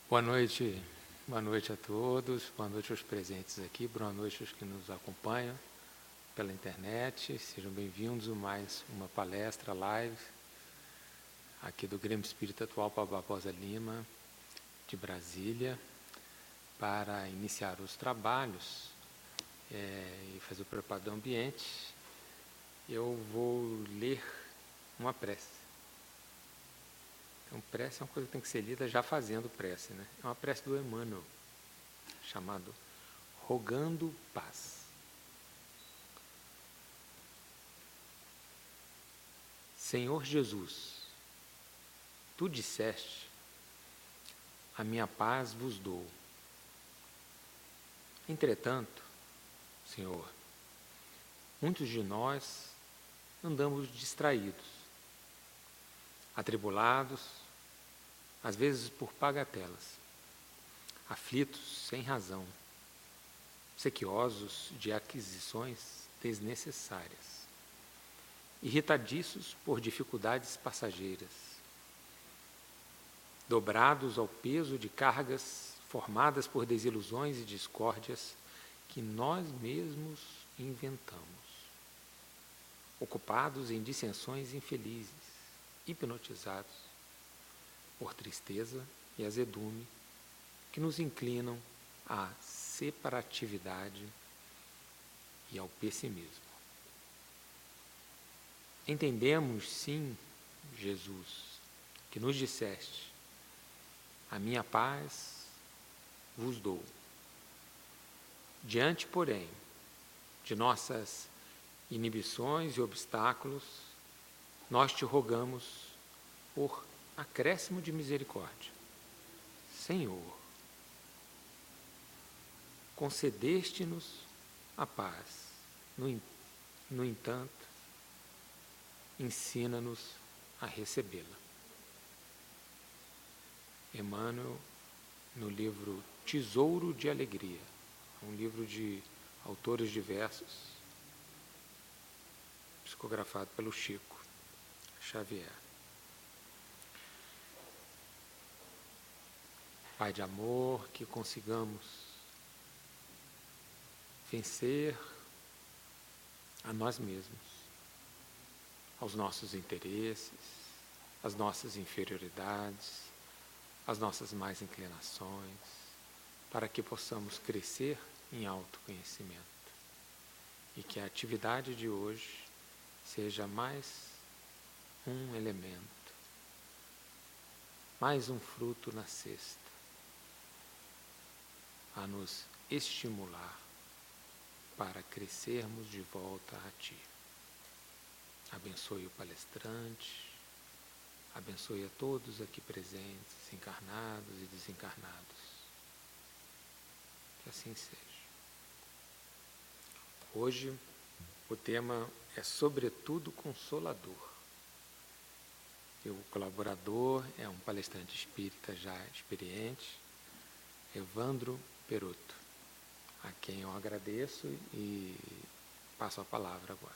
Boa noite a todos, boa noite aos presentes aqui, boa noite aos que nos acompanham pela internet. Sejam bem-vindos a mais uma palestra live aqui do Grêmio Espírita Atualpa Barbosa Lima, de Brasília, para iniciar os trabalhos e fazer o preparo do ambiente. Eu vou ler uma prece. Então, prece é uma coisa que tem que ser lida já fazendo prece, né? É uma prece do Emmanuel, chamado Rogando Paz. Senhor Jesus, Tu disseste, a minha paz vos dou. Entretanto, Senhor, muitos de nós andamos distraídos, atribulados, às vezes por bagatelas, aflitos sem razão, sequiosos de aquisições desnecessárias, irritadiços por dificuldades passageiras, dobrados ao peso de cargas formadas por desilusões e discórdias que nós mesmos inventamos, ocupados em dissensões infelizes, hipnotizados por tristeza e azedume que nos inclinam à separatividade e ao pessimismo. Entendemos, sim, Jesus, que nos disseste, a minha paz vos dou. Diante, porém, de nossas inibições e obstáculos, nós te rogamos por acréscimo de misericórdia. Senhor, concedeste-nos a paz. No entanto, ensina-nos a recebê-la. Emmanuel, no livro Tesouro de Alegria, um livro de autores diversos, psicografado pelo Chico Xavier. Pai de amor, que consigamos vencer a nós mesmos, aos nossos interesses, às nossas inferioridades, às nossas más inclinações, para que possamos crescer em autoconhecimento e que a atividade de hoje seja mais um elemento, mais um fruto na cesta, a nos estimular para crescermos de volta a Ti. Abençoe o palestrante, abençoe a todos aqui presentes, encarnados e desencarnados. Que assim seja. Hoje, o tema é sobretudo consolador. E o colaborador é um palestrante espírita já experiente, Evandro Peroto, a quem eu agradeço e passo a palavra agora.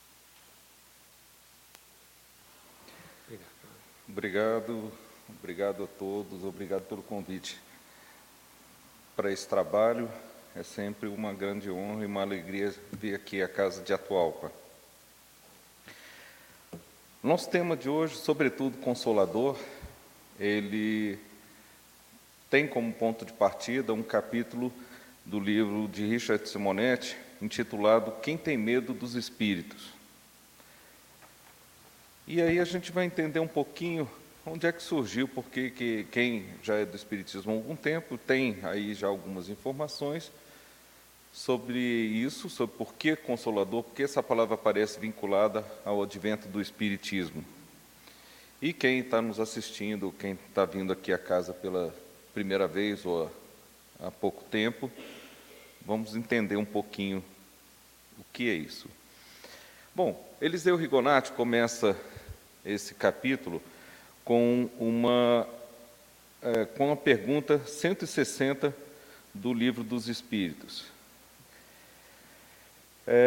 Obrigado. Obrigado a todos, obrigado pelo convite para esse trabalho. É sempre uma grande honra e uma alegria vir aqui à Casa de Atualpa. Nosso tema de hoje, sobretudo consolador, ele tem como ponto de partida um capítulo do livro de Richard Simonetti, intitulado Quem tem medo dos espíritos? E aí a gente vai entender um pouquinho onde é que surgiu, porque quem já é do espiritismo há algum tempo tem aí já algumas informações sobre isso, sobre por que consolador, porque essa palavra aparece vinculada ao advento do espiritismo. E quem está nos assistindo, quem está vindo aqui à casa pela primeira vez ou há pouco tempo, vamos entender um pouquinho o que é isso. Bom, Eliseu Rigonati começa esse capítulo com a pergunta 160 do Livro dos Espíritos.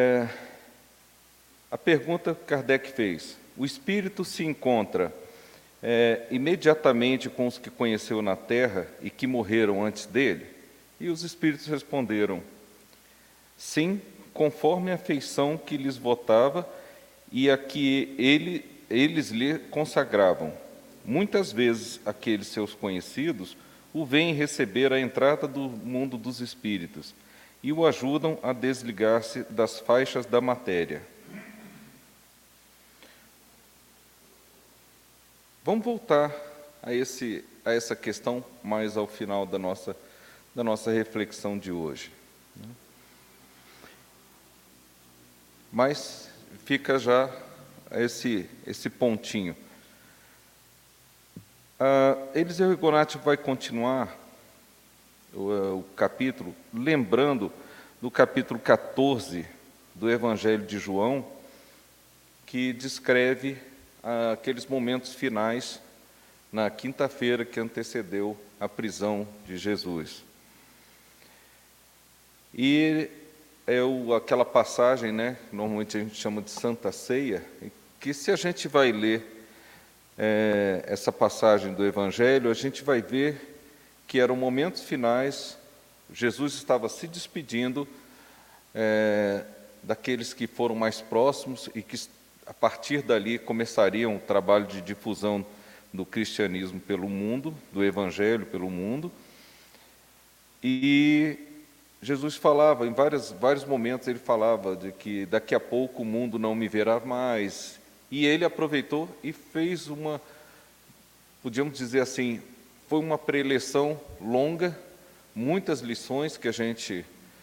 A pergunta que Kardec fez: o espírito se encontra imediatamente com os que conheceu na terra e que morreram antes dele? E os espíritos responderam: sim, conforme a afeição que lhes votava e a que eles lhe consagravam. Muitas vezes aqueles seus conhecidos o veem receber a entrada do mundo dos espíritos e o ajudam a desligar-se das faixas da matéria. Vamos voltar a essa questão mais ao final da nossa reflexão de hoje. Mas fica já esse pontinho. Eliseu Rigonati vai continuar o capítulo, lembrando do capítulo 14 do Evangelho de João, que descreve aqueles momentos finais na quinta-feira que antecedeu a prisão de Jesus. E aquela passagem, né, normalmente a gente chama de Santa Ceia, que se a gente vai ler essa passagem do Evangelho, a gente vai ver que eram momentos finais, Jesus estava se despedindo daqueles que foram mais próximos e que, a partir dali, começariam o trabalho de difusão do cristianismo pelo mundo, do Evangelho pelo mundo. E Jesus falava, em vários momentos, ele falava de que daqui a pouco o mundo não me verá mais. E ele aproveitou e fez podíamos dizer assim, foi uma preleção longa, muitas lições que a gente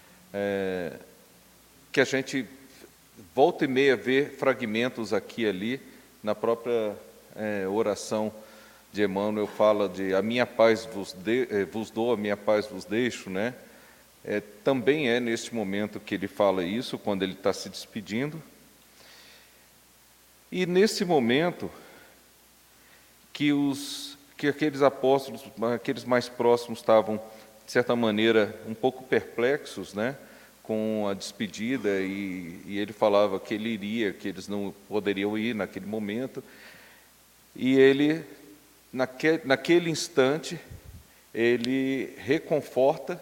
volta e meia vê fragmentos aqui e ali, na própria oração de Emmanuel fala de a minha paz vos dou, a minha paz vos deixo, né? Também é neste momento que ele fala isso, quando ele está se despedindo. E nesse momento que aqueles apóstolos, aqueles mais próximos, estavam, de certa maneira, um pouco perplexos, né, com a despedida, e ele falava que ele iria, que eles não poderiam ir naquele momento. E ele, naquele instante, ele reconforta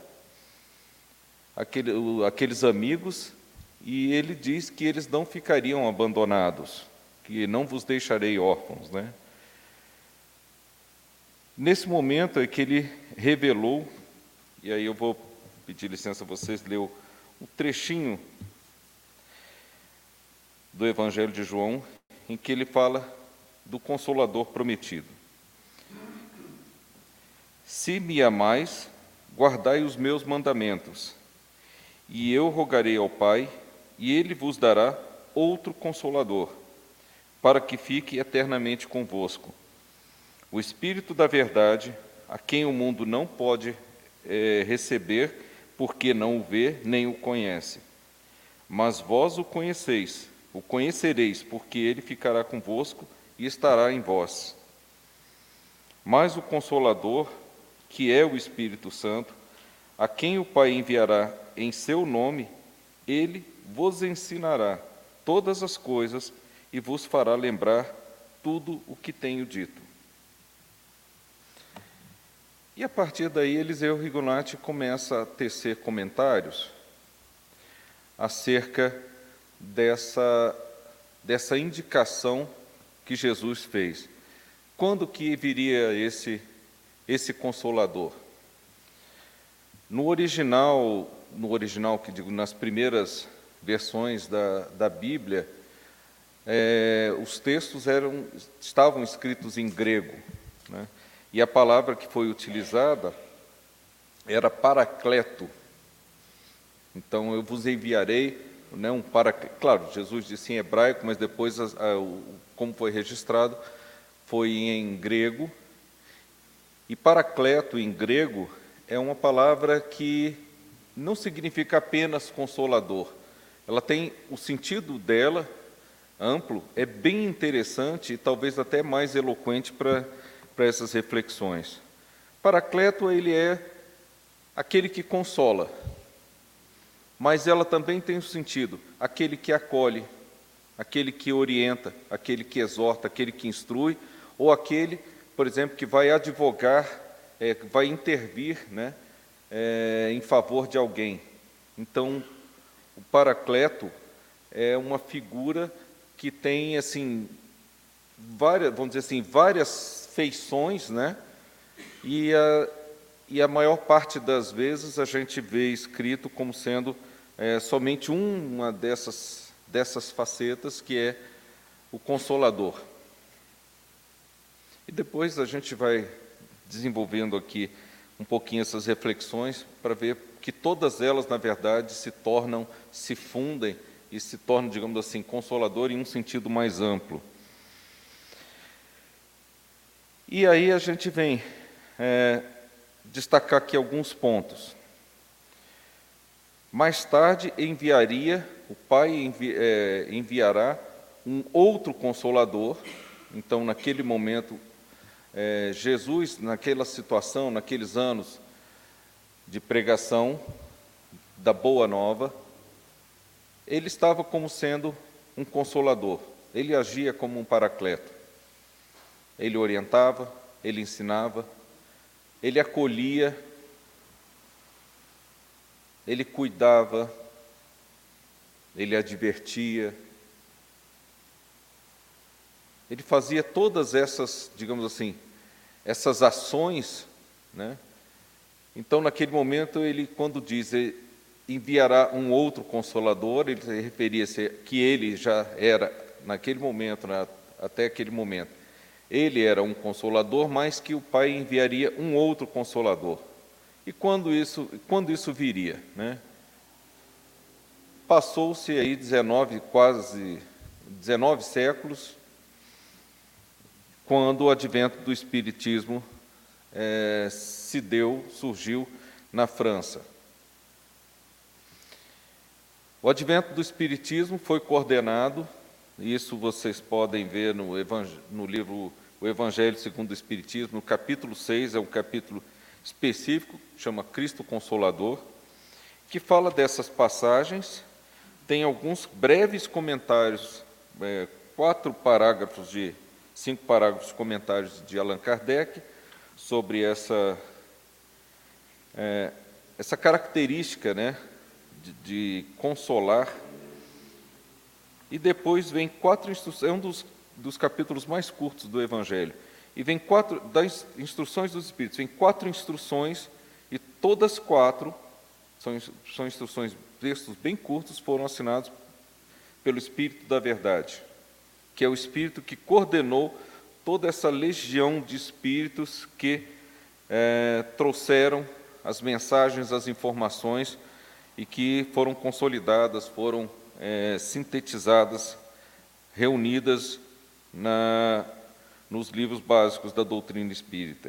aqueles amigos, e ele diz que eles não ficariam abandonados, que não vos deixarei órfãos, né? Nesse momento é que ele revelou, e aí eu vou pedir licença a vocês ler um trechinho do Evangelho de João, em que ele fala do Consolador prometido. Se me amais, guardai os meus mandamentos, e eu rogarei ao Pai, e ele vos dará outro Consolador, para que fique eternamente convosco. O Espírito da verdade, a quem o mundo não pode receber, porque não o vê nem o conhece. Mas vós o conhecereis, porque ele ficará convosco e estará em vós. Mas o Consolador, que é o Espírito Santo, a quem o Pai enviará em seu nome, ele vos ensinará todas as coisas e vos fará lembrar tudo o que tenho dito. E a partir daí, Eliseu Rigonati começa a tecer comentários acerca dessa indicação que Jesus fez. Quando que viria esse Consolador? No original que digo, nas primeiras versões da Bíblia, os textos estavam escritos em grego, né? E a palavra que foi utilizada era paracleto. Então, eu vos enviarei, né, claro, Jesus disse em hebraico, mas depois, como foi registrado, foi em grego. E paracleto, em grego, é uma palavra que não significa apenas consolador. Ela tem o sentido dela, amplo, é bem interessante e talvez até mais eloquente para essas reflexões. Paracleto, ele é aquele que consola, mas ela também tem o sentido, aquele que acolhe, aquele que orienta, aquele que exorta, aquele que instrui, ou aquele por exemplo, que vai advogar, vai intervir, né, em favor de alguém. Então, o Paracleto é uma figura que tem, assim, várias, vamos dizer assim, várias feições, né? E a maior parte das vezes a gente vê escrito como sendo somente uma dessas facetas, que é o Consolador. E depois a gente vai desenvolvendo aqui um pouquinho essas reflexões para ver que todas elas, na verdade, se fundem e se tornam, digamos assim, Consolador em um sentido mais amplo. E aí a gente vem destacar aqui alguns pontos. Mais tarde o Pai enviará um outro Consolador. Então, naquele momento, Jesus, naquela situação, naqueles anos de pregação da Boa Nova, ele estava como sendo um Consolador, ele agia como um Paracleto. Ele orientava, ele ensinava, ele acolhia, ele cuidava, ele advertia, ele fazia todas essas, digamos assim, essas ações, né? Então, naquele momento, ele, quando diz enviará um outro Consolador, ele referia-se que ele já era, naquele momento, até aquele momento, ele era um Consolador, mas que o Pai enviaria um outro Consolador. E quando isso viria, né? Passou-se aí quase 19 séculos, quando o advento do Espiritismo surgiu na França. O advento do Espiritismo foi coordenado, isso vocês podem ver no livro O Evangelho segundo o Espiritismo, no capítulo 6, é um capítulo específico, chama Cristo Consolador, que fala dessas passagens, tem alguns breves comentários, 5 parágrafos de comentários de Allan Kardec sobre essa característica, né, de consolar. E depois vem 4 instruções, é um dos capítulos mais curtos do Evangelho, e vem das instruções dos Espíritos, vem 4 instruções, e todas 4 são instruções, textos bem curtos, foram assinados pelo Espírito da Verdade, que é o Espírito que coordenou toda essa legião de Espíritos que trouxeram as mensagens, as informações, e que foram consolidadas, foram sintetizadas, reunidas nos livros básicos da doutrina espírita.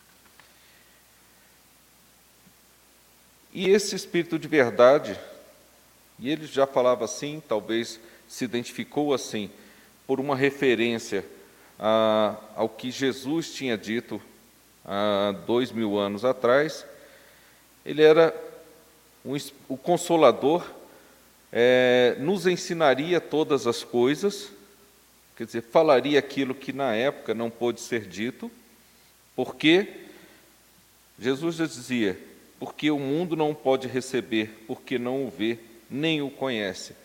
E esse Espírito de verdade, e ele já falava assim, talvez se identificou assim, por uma referência ao que Jesus tinha dito há 2000 anos atrás. Ele era o Consolador, nos ensinaria todas as coisas, quer dizer, falaria aquilo que na época não pôde ser dito, porque Jesus já dizia, porque o mundo não pode receber, porque não o vê, nem o conhece.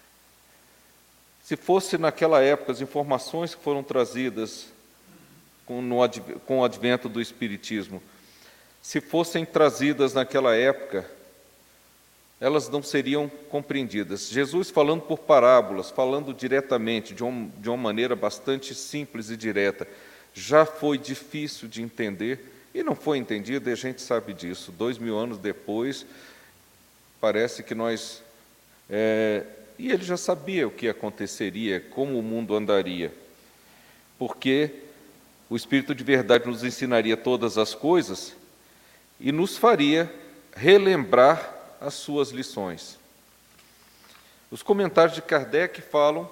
Se fosse naquela época as informações que foram trazidas com o advento do Espiritismo, se fossem trazidas naquela época, elas não seriam compreendidas. Jesus, falando por parábolas, falando diretamente, de uma maneira bastante simples e direta, já foi difícil de entender, e não foi entendido, e a gente sabe disso. 2000 anos depois, parece que nós... E ele já sabia o que aconteceria, como o mundo andaria, porque o Espírito de verdade nos ensinaria todas as coisas e nos faria relembrar as suas lições. Os comentários de Kardec falam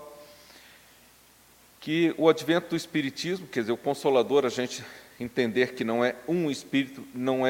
que o advento do Espiritismo, quer dizer, o Consolador, a gente entender que não é um espírito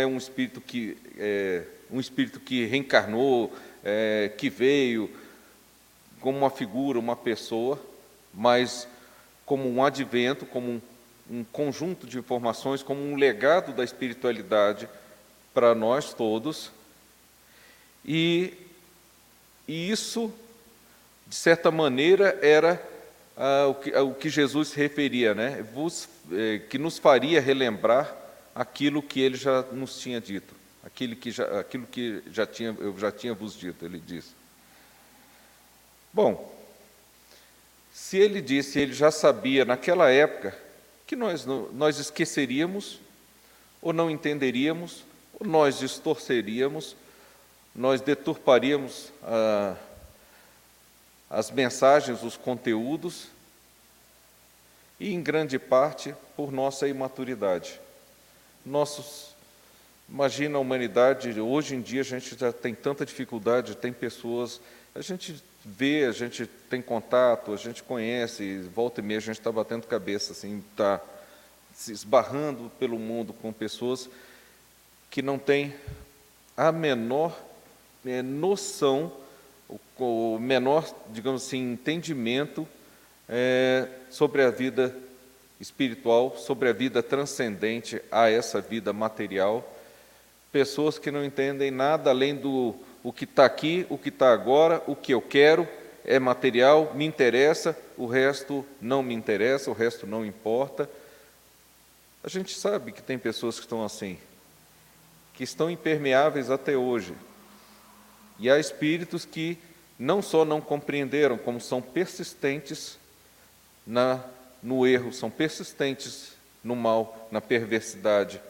que reencarnou, que veio como uma figura, uma pessoa, mas como um advento, como um conjunto de informações, como um legado da espiritualidade para nós todos, e isso, de certa maneira, era o que Jesus se referia, né? Que nos faria relembrar aquilo que ele já nos tinha dito, aquilo que eu já tinha vos dito, ele disse. Bom, se ele disse, ele já sabia naquela época, que nós esqueceríamos, ou não entenderíamos, ou nós distorceríamos, nós deturparíamos as mensagens, os conteúdos, e em grande parte por nossa imaturidade. Imagina a humanidade, hoje em dia a gente já tem tanta dificuldade, tem pessoas, a gente vê, a gente tem contato, a gente conhece, volta e meia a gente está batendo cabeça, assim, está se esbarrando pelo mundo com pessoas que não têm a menor noção, o menor, digamos assim, entendimento sobre a vida espiritual, sobre a vida transcendente a essa vida material. Pessoas que não entendem nada além do o que está aqui, o que está agora, o que eu quero, é material, me interessa, o resto não me interessa, o resto não importa. A gente sabe que tem pessoas que estão assim, que estão impermeáveis até hoje. E há espíritos que não só não compreenderam, como são persistentes no erro, são persistentes no mal, na perversidade.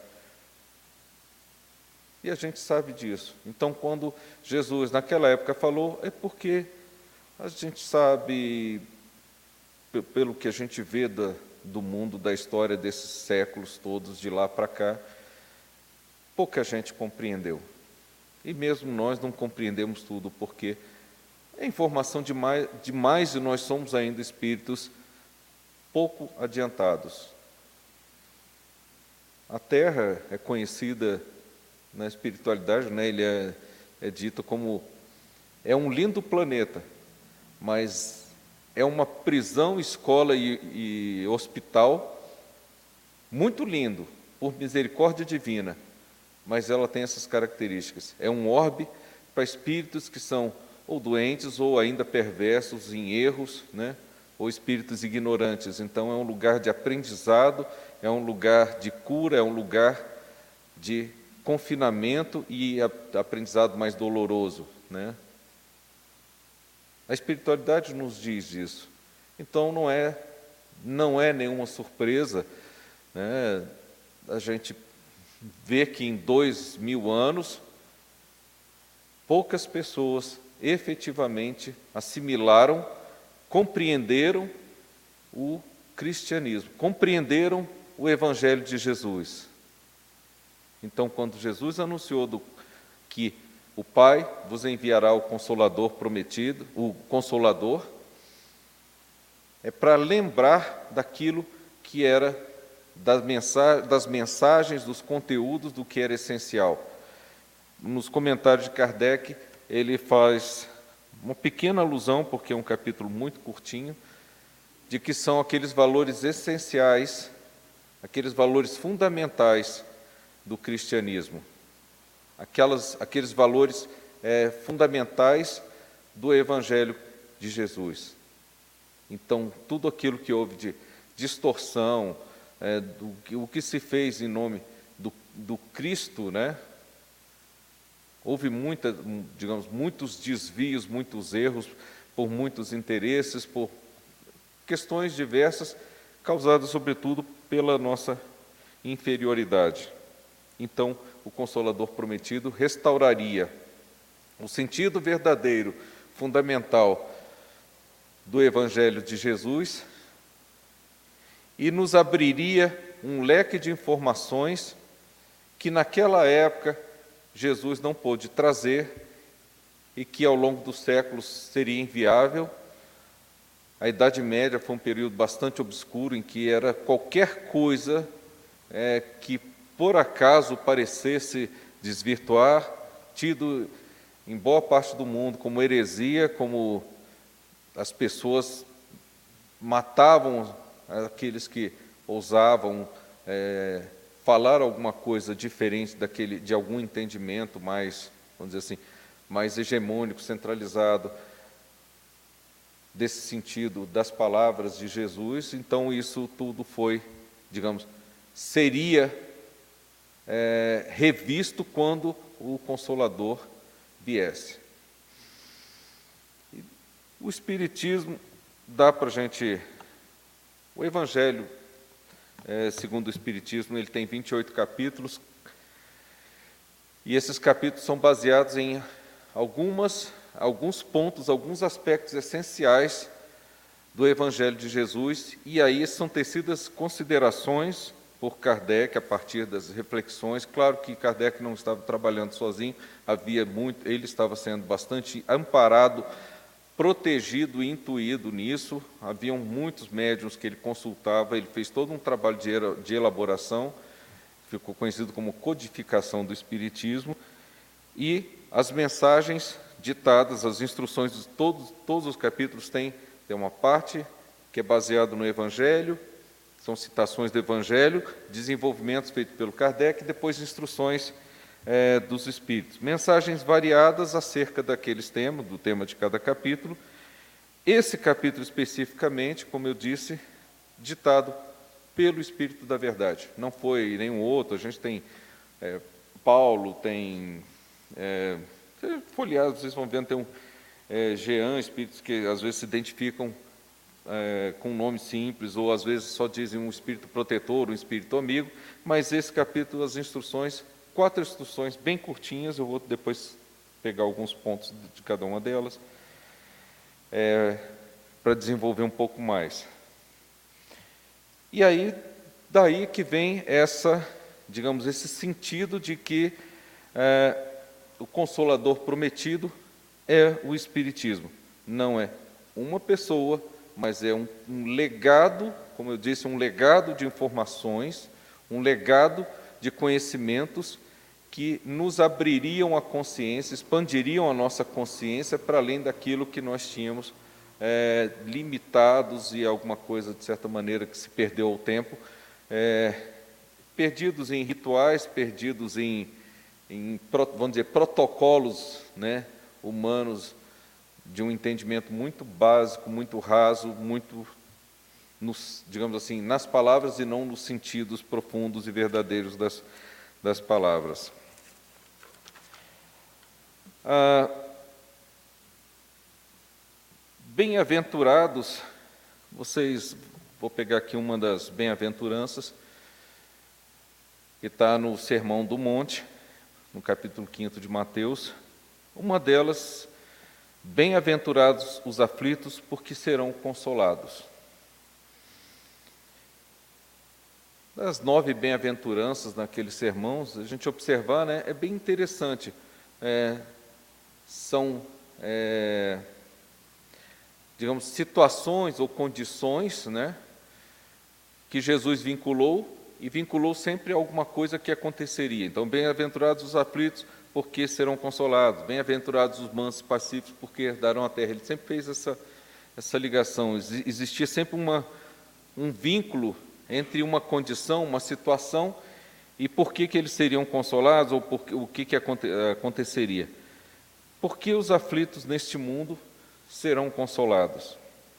E a gente sabe disso. Então, quando Jesus, naquela época, falou, é porque a gente sabe, pelo que a gente vê do mundo, da história desses séculos todos, de lá para cá, pouca gente compreendeu. E mesmo nós não compreendemos tudo, porque é informação demais e nós somos ainda espíritos pouco adiantados. A Terra é conhecida na espiritualidade, né? Ele é dito como um lindo planeta, mas é uma prisão, escola e hospital muito lindo, por misericórdia divina, mas ela tem essas características. É um orbe para espíritos que são ou doentes ou ainda perversos em erros, né? Ou espíritos ignorantes. Então é um lugar de aprendizado, é um lugar de cura, é um lugar de confinamento e aprendizado mais doloroso, né? A espiritualidade nos diz isso. Então não é nenhuma surpresa, né, a gente vê que em 2000 anos poucas pessoas efetivamente assimilaram, compreenderam o cristianismo, compreenderam o Evangelho de Jesus. Então, quando Jesus anunciou que o Pai vos enviará o Consolador prometido, o Consolador, é para lembrar daquilo que era das mensagens, dos conteúdos, do que era essencial. Nos comentários de Kardec, ele faz uma pequena alusão, porque é um capítulo muito curtinho, de que são aqueles valores essenciais, aqueles valores fundamentais do cristianismo, aqueles valores fundamentais do Evangelho de Jesus. Então, tudo aquilo que houve de distorção, o que se fez em nome do Cristo, né? Houve muitos desvios, muitos erros, por muitos interesses, por questões diversas, causadas, sobretudo, pela nossa inferioridade. Então, o Consolador prometido restauraria o sentido verdadeiro, fundamental do Evangelho de Jesus e nos abriria um leque de informações que naquela época Jesus não pôde trazer e que ao longo dos séculos seria inviável. A Idade Média foi um período bastante obscuro em que era qualquer coisa que por acaso parecesse desvirtuar, tido em boa parte do mundo como heresia, como as pessoas matavam aqueles que ousavam falar alguma coisa diferente de algum entendimento mais, vamos dizer assim, mais hegemônico, centralizado, desse sentido das palavras de Jesus, então isso tudo foi, digamos, seria revisto quando o Consolador viesse. O Espiritismo dá para a gente... O Evangelho, segundo o Espiritismo, ele tem 28 capítulos, e esses capítulos são baseados em alguns pontos, alguns aspectos essenciais do Evangelho de Jesus, e aí são tecidas considerações por Kardec, a partir das reflexões. Claro que Kardec não estava trabalhando sozinho, ele estava sendo bastante amparado, protegido e intuído nisso. Haviam muitos médiuns que ele consultava, ele fez todo um trabalho de elaboração, ficou conhecido como codificação do Espiritismo, e as mensagens ditadas, as instruções de todos os capítulos tem uma parte que é baseada no Evangelho, são citações do Evangelho, desenvolvimentos feitos pelo Kardec, e depois instruções dos Espíritos. Mensagens variadas acerca daqueles temas, do tema de cada capítulo. Esse capítulo especificamente, como eu disse, ditado pelo Espírito da Verdade. Não foi nenhum outro. A gente tem Paulo, tem... folheado, vocês vão vendo, tem Jean, espíritos que às vezes se identificam com um nome simples, ou às vezes só dizem um espírito protetor, um espírito amigo, mas esse capítulo, as instruções, 4 instruções bem curtinhas, eu vou depois pegar alguns pontos de cada uma delas, para desenvolver um pouco mais. E aí, daí que vem esse sentido de que o Consolador prometido é o Espiritismo. Não é uma pessoa, mas é um legado, como eu disse, um legado de informações, um legado de conhecimentos que nos abririam a consciência, expandiriam a nossa consciência para além daquilo que nós tínhamos limitados e alguma coisa, de certa maneira, que se perdeu ao tempo, perdidos em rituais, perdidos em vamos dizer, protocolos, né, humanos, de um entendimento muito básico, muito raso, muito, digamos assim, nas palavras e não nos sentidos profundos e verdadeiros das palavras. Bem-aventurados, vou pegar aqui uma das bem-aventuranças, que está no Sermão do Monte, no capítulo 5 de Mateus. Uma delas: bem-aventurados os aflitos, porque serão consolados. Das 9 bem-aventuranças naqueles sermões, a gente observar, né, é bem interessante. São, digamos, situações ou condições, né, que Jesus vinculou, e vinculou sempre alguma coisa que aconteceria. Então, bem-aventurados os aflitos, porque serão consolados. Bem-aventurados os mansos e pacíficos, porque herdarão a terra. Ele sempre fez essa ligação. Existia sempre um vínculo entre uma condição, uma situação, e por que eles seriam consolados, ou o que aconteceria. Porque os aflitos neste mundo serão consolados.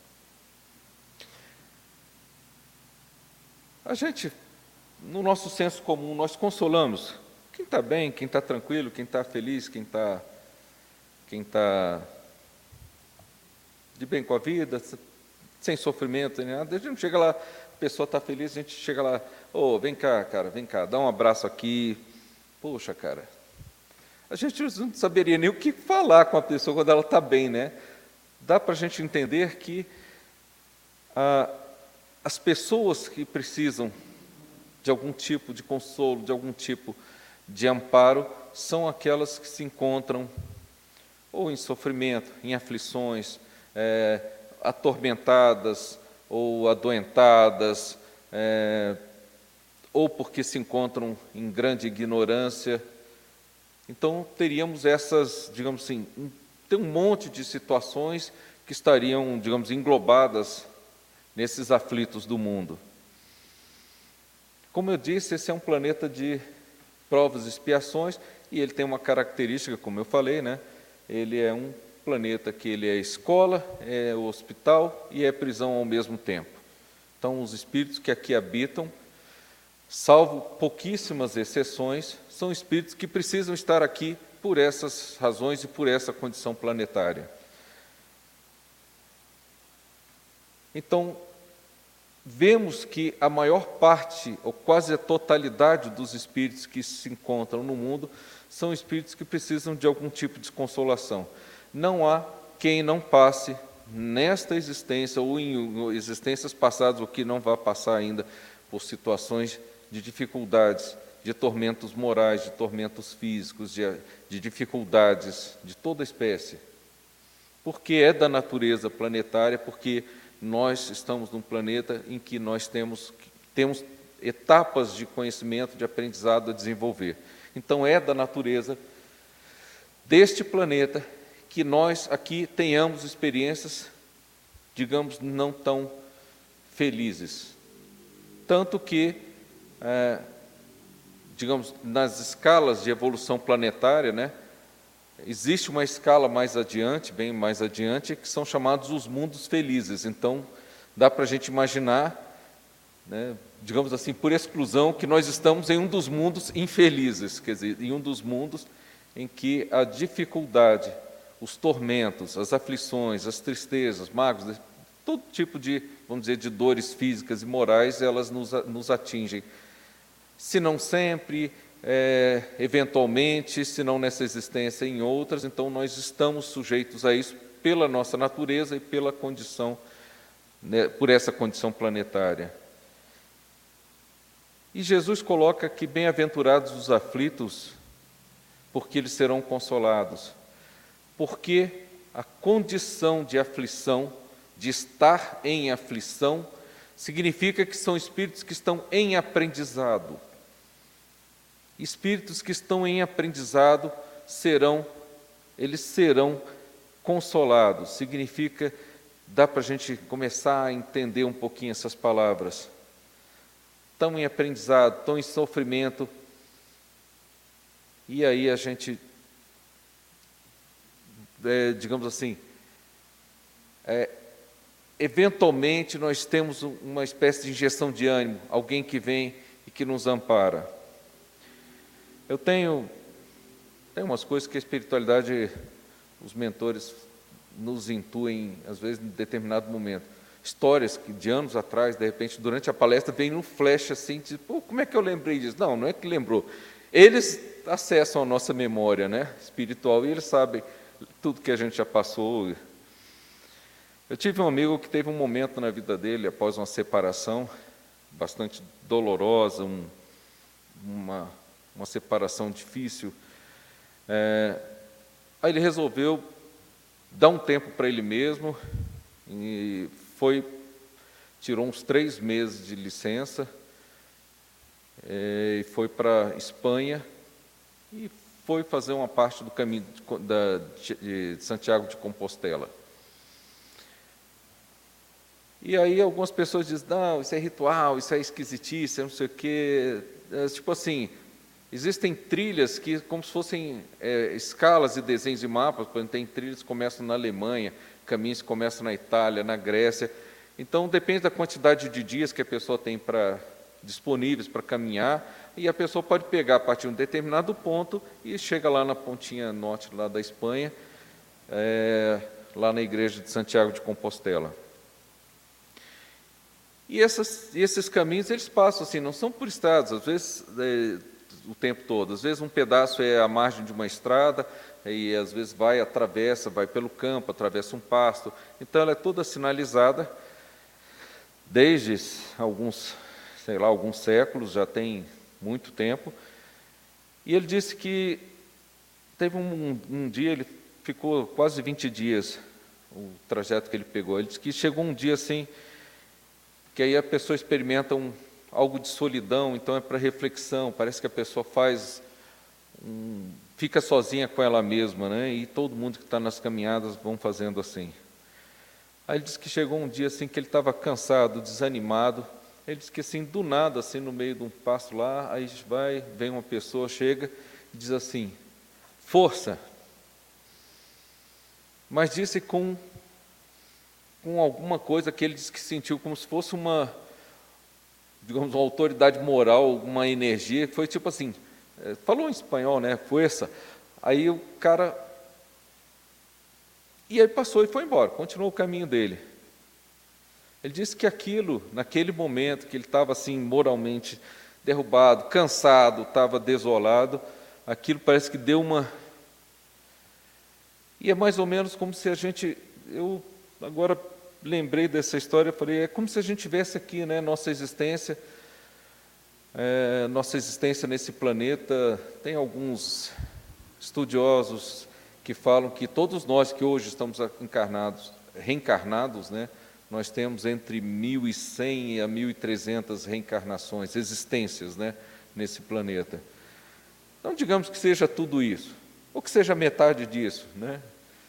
A gente, no nosso senso comum, nós consolamos quem está bem, quem está tranquilo, quem está feliz, quem está de bem com a vida, sem sofrimento, nem nada. A gente não chega lá, a pessoa está feliz, a gente chega lá, vem cá, cara, vem cá, dá um abraço aqui. Poxa, cara, a gente não saberia nem o que falar com a pessoa quando ela está bem, né? Dá para a gente entender que as pessoas que precisam de algum tipo de consolo, de algum tipo de amparo, são aquelas que se encontram ou em sofrimento, em aflições, atormentadas ou adoentadas, ou porque se encontram em grande ignorância. Então, teríamos essas, digamos assim, tem um monte de situações que estariam, digamos, englobadas nesses aflitos do mundo. Como eu disse, esse é um planeta de provas e expiações, e ele tem uma característica, como eu falei, né? Ele é um planeta que ele é escola, é hospital e é prisão ao mesmo tempo. Então, os espíritos que aqui habitam, salvo pouquíssimas exceções, são espíritos que precisam estar aqui por essas razões e por essa condição planetária. Então, vemos que a maior parte, ou quase a totalidade dos espíritos que se encontram no mundo, são espíritos que precisam de algum tipo de consolação. Não há quem não passe nesta existência ou em existências passadas, ou que não vá passar ainda por situações de dificuldades, de tormentos morais, de tormentos físicos, de dificuldades de toda espécie. Porque é da natureza planetária, porque nós estamos num planeta em que nós temos etapas de conhecimento, de aprendizado a desenvolver. Então, é da natureza deste planeta que nós aqui tenhamos experiências, digamos, não tão felizes. Tanto que, digamos, nas escalas de evolução planetária, né, existe uma escala mais adiante, bem mais adiante, que são chamados os mundos felizes. Então, dá para a gente imaginar, né, digamos assim, por exclusão, que nós estamos em um dos mundos infelizes, quer dizer, em um dos mundos em que a dificuldade, os tormentos, as aflições, as tristezas, mágoas, todo tipo de, vamos dizer, de dores físicas e morais, elas nos atingem. Se não sempre, eventualmente, se não nessa existência, em outras, então nós estamos sujeitos a isso pela nossa natureza e pela condição, né, por essa condição planetária. E Jesus coloca que bem-aventurados os aflitos, porque eles serão consolados. Porque a condição de aflição, de estar em aflição, significa que são espíritos que estão em aprendizado. Espíritos que estão em aprendizado serão consolados. Significa, dá para a gente começar a entender um pouquinho essas palavras. Estão em aprendizado, estão em sofrimento, e aí a gente, digamos assim, eventualmente nós temos uma espécie de injeção de ânimo, alguém que vem e que nos ampara. Eu tenho umas coisas que a espiritualidade, os mentores nos intuem, às vezes, em determinado momento. Histórias que de anos atrás, de repente, durante a palestra, vem no flash assim, diz, pô, como é que eu lembrei disso? Não, não é que lembrou. Eles acessam a nossa memória, né, espiritual, e eles sabem tudo que a gente já passou. Eu tive um amigo que teve um momento na vida dele, após uma separação bastante dolorosa, uma separação difícil. Aí ele resolveu dar um tempo para ele mesmo, e tirou uns 3 meses de licença, e foi para a Espanha, e foi fazer uma parte do caminho de Santiago de Compostela. E aí algumas pessoas dizem, não, isso é ritual, isso é esquisitice, não sei o quê. Tipo assim, existem trilhas que, como se fossem escalas e desenhos de mapas, por exemplo, tem trilhas que começam na Alemanha, caminhos que começam na Itália, na Grécia. Então, depende da quantidade de dias que a pessoa tem disponíveis para caminhar, e a pessoa pode pegar a partir de um determinado ponto e chega lá na pontinha norte lá da Espanha, lá na igreja de Santiago de Compostela. E esses caminhos, eles passam assim, não são por estradas, às vezes o tempo todo. Às vezes um pedaço é à margem de uma estrada, e às vezes vai pelo campo, atravessa um pasto. Então ela é toda sinalizada desde alguns séculos, já tem muito tempo. E ele disse que teve um dia, ele ficou quase 20 dias, o trajeto que ele pegou. Ele disse que chegou um dia assim, que aí a pessoa experimenta algo de solidão, então é para reflexão, parece que a pessoa fica sozinha com ela mesma, né? E todo mundo que está nas caminhadas vão fazendo assim. Aí ele disse que chegou um dia assim que ele estava cansado, desanimado, Ele diz que assim, do nada, assim, no meio de um pasto lá, aí vem uma pessoa, chega e diz assim, força. Mas disse com alguma coisa que ele disse que sentiu como se fosse uma, digamos, uma autoridade moral, uma energia, que foi tipo assim, falou em espanhol, né, força. Aí o cara, e aí passou e foi embora, continuou o caminho dele. Ele disse que aquilo, naquele momento, que ele estava assim moralmente derrubado, cansado, estava desolado, aquilo parece que deu uma... E é mais ou menos como se a gente... Eu agora lembrei dessa história, falei, é como se a gente tivesse aqui, né, nossa existência nesse planeta. Tem alguns estudiosos que falam que todos nós que hoje estamos reencarnados, né, nós temos entre 1.100 a 1.300 reencarnações, existências, né, nesse planeta. Não digamos que seja tudo isso, ou que seja metade disso, né?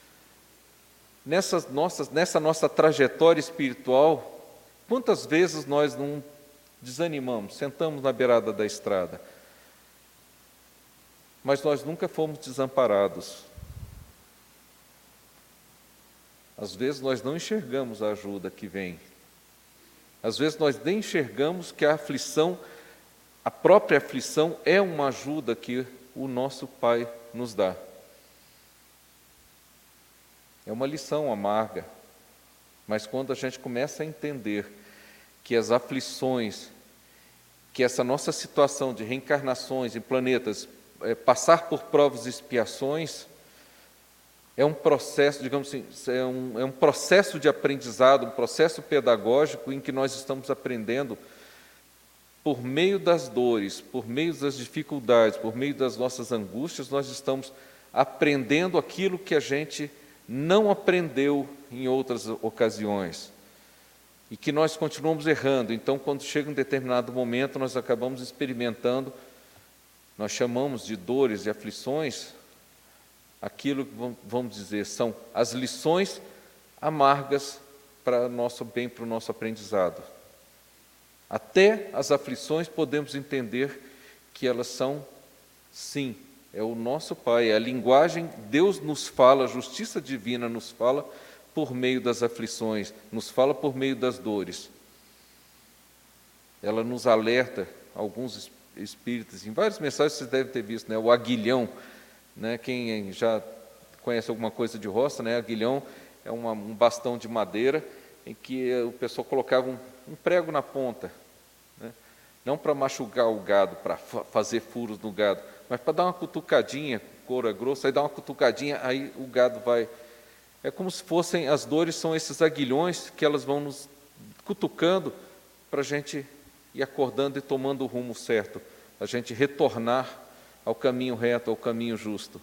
Nessa nossa trajetória espiritual, quantas vezes nós não desanimamos, sentamos na beirada da estrada, mas nós nunca fomos desamparados. Às vezes nós não enxergamos a ajuda que vem. Às vezes nós nem enxergamos que a própria aflição é uma ajuda que o nosso Pai nos dá. É uma lição amarga, mas quando a gente começa a entender que as aflições, que essa nossa situação de reencarnações em planetas, passar por provas e expiações, é um processo, digamos assim, é um processo de aprendizado, um processo pedagógico em que nós estamos aprendendo por meio das dores, por meio das dificuldades, por meio das nossas angústias, nós estamos aprendendo aquilo que a gente não aprendeu em outras ocasiões e que nós continuamos errando. Então, quando chega um determinado momento, nós acabamos experimentando, nós chamamos de dores e aflições, aquilo que vamos dizer são as lições amargas para o nosso bem, para o nosso aprendizado. Até as aflições podemos entender que elas são, sim, é o nosso Pai, é a linguagem, Deus nos fala, a justiça divina nos fala por meio das aflições, nos fala por meio das dores. Ela nos alerta, alguns espíritas, em várias mensagens vocês devem ter visto, né, o aguilhão, né, quem já conhece alguma coisa de roça, né, aguilhão é um bastão de madeira em que o pessoal colocava um prego na ponta, né, não para machucar o gado, para fazer furos no gado, mas para dar uma cutucadinha, couro é grosso, aí dá uma cutucadinha, aí o gado vai... É como se fossem, as dores são esses aguilhões que elas vão nos cutucando para a gente ir acordando e tomando o rumo certo, a gente retornar ao caminho reto, ao caminho justo.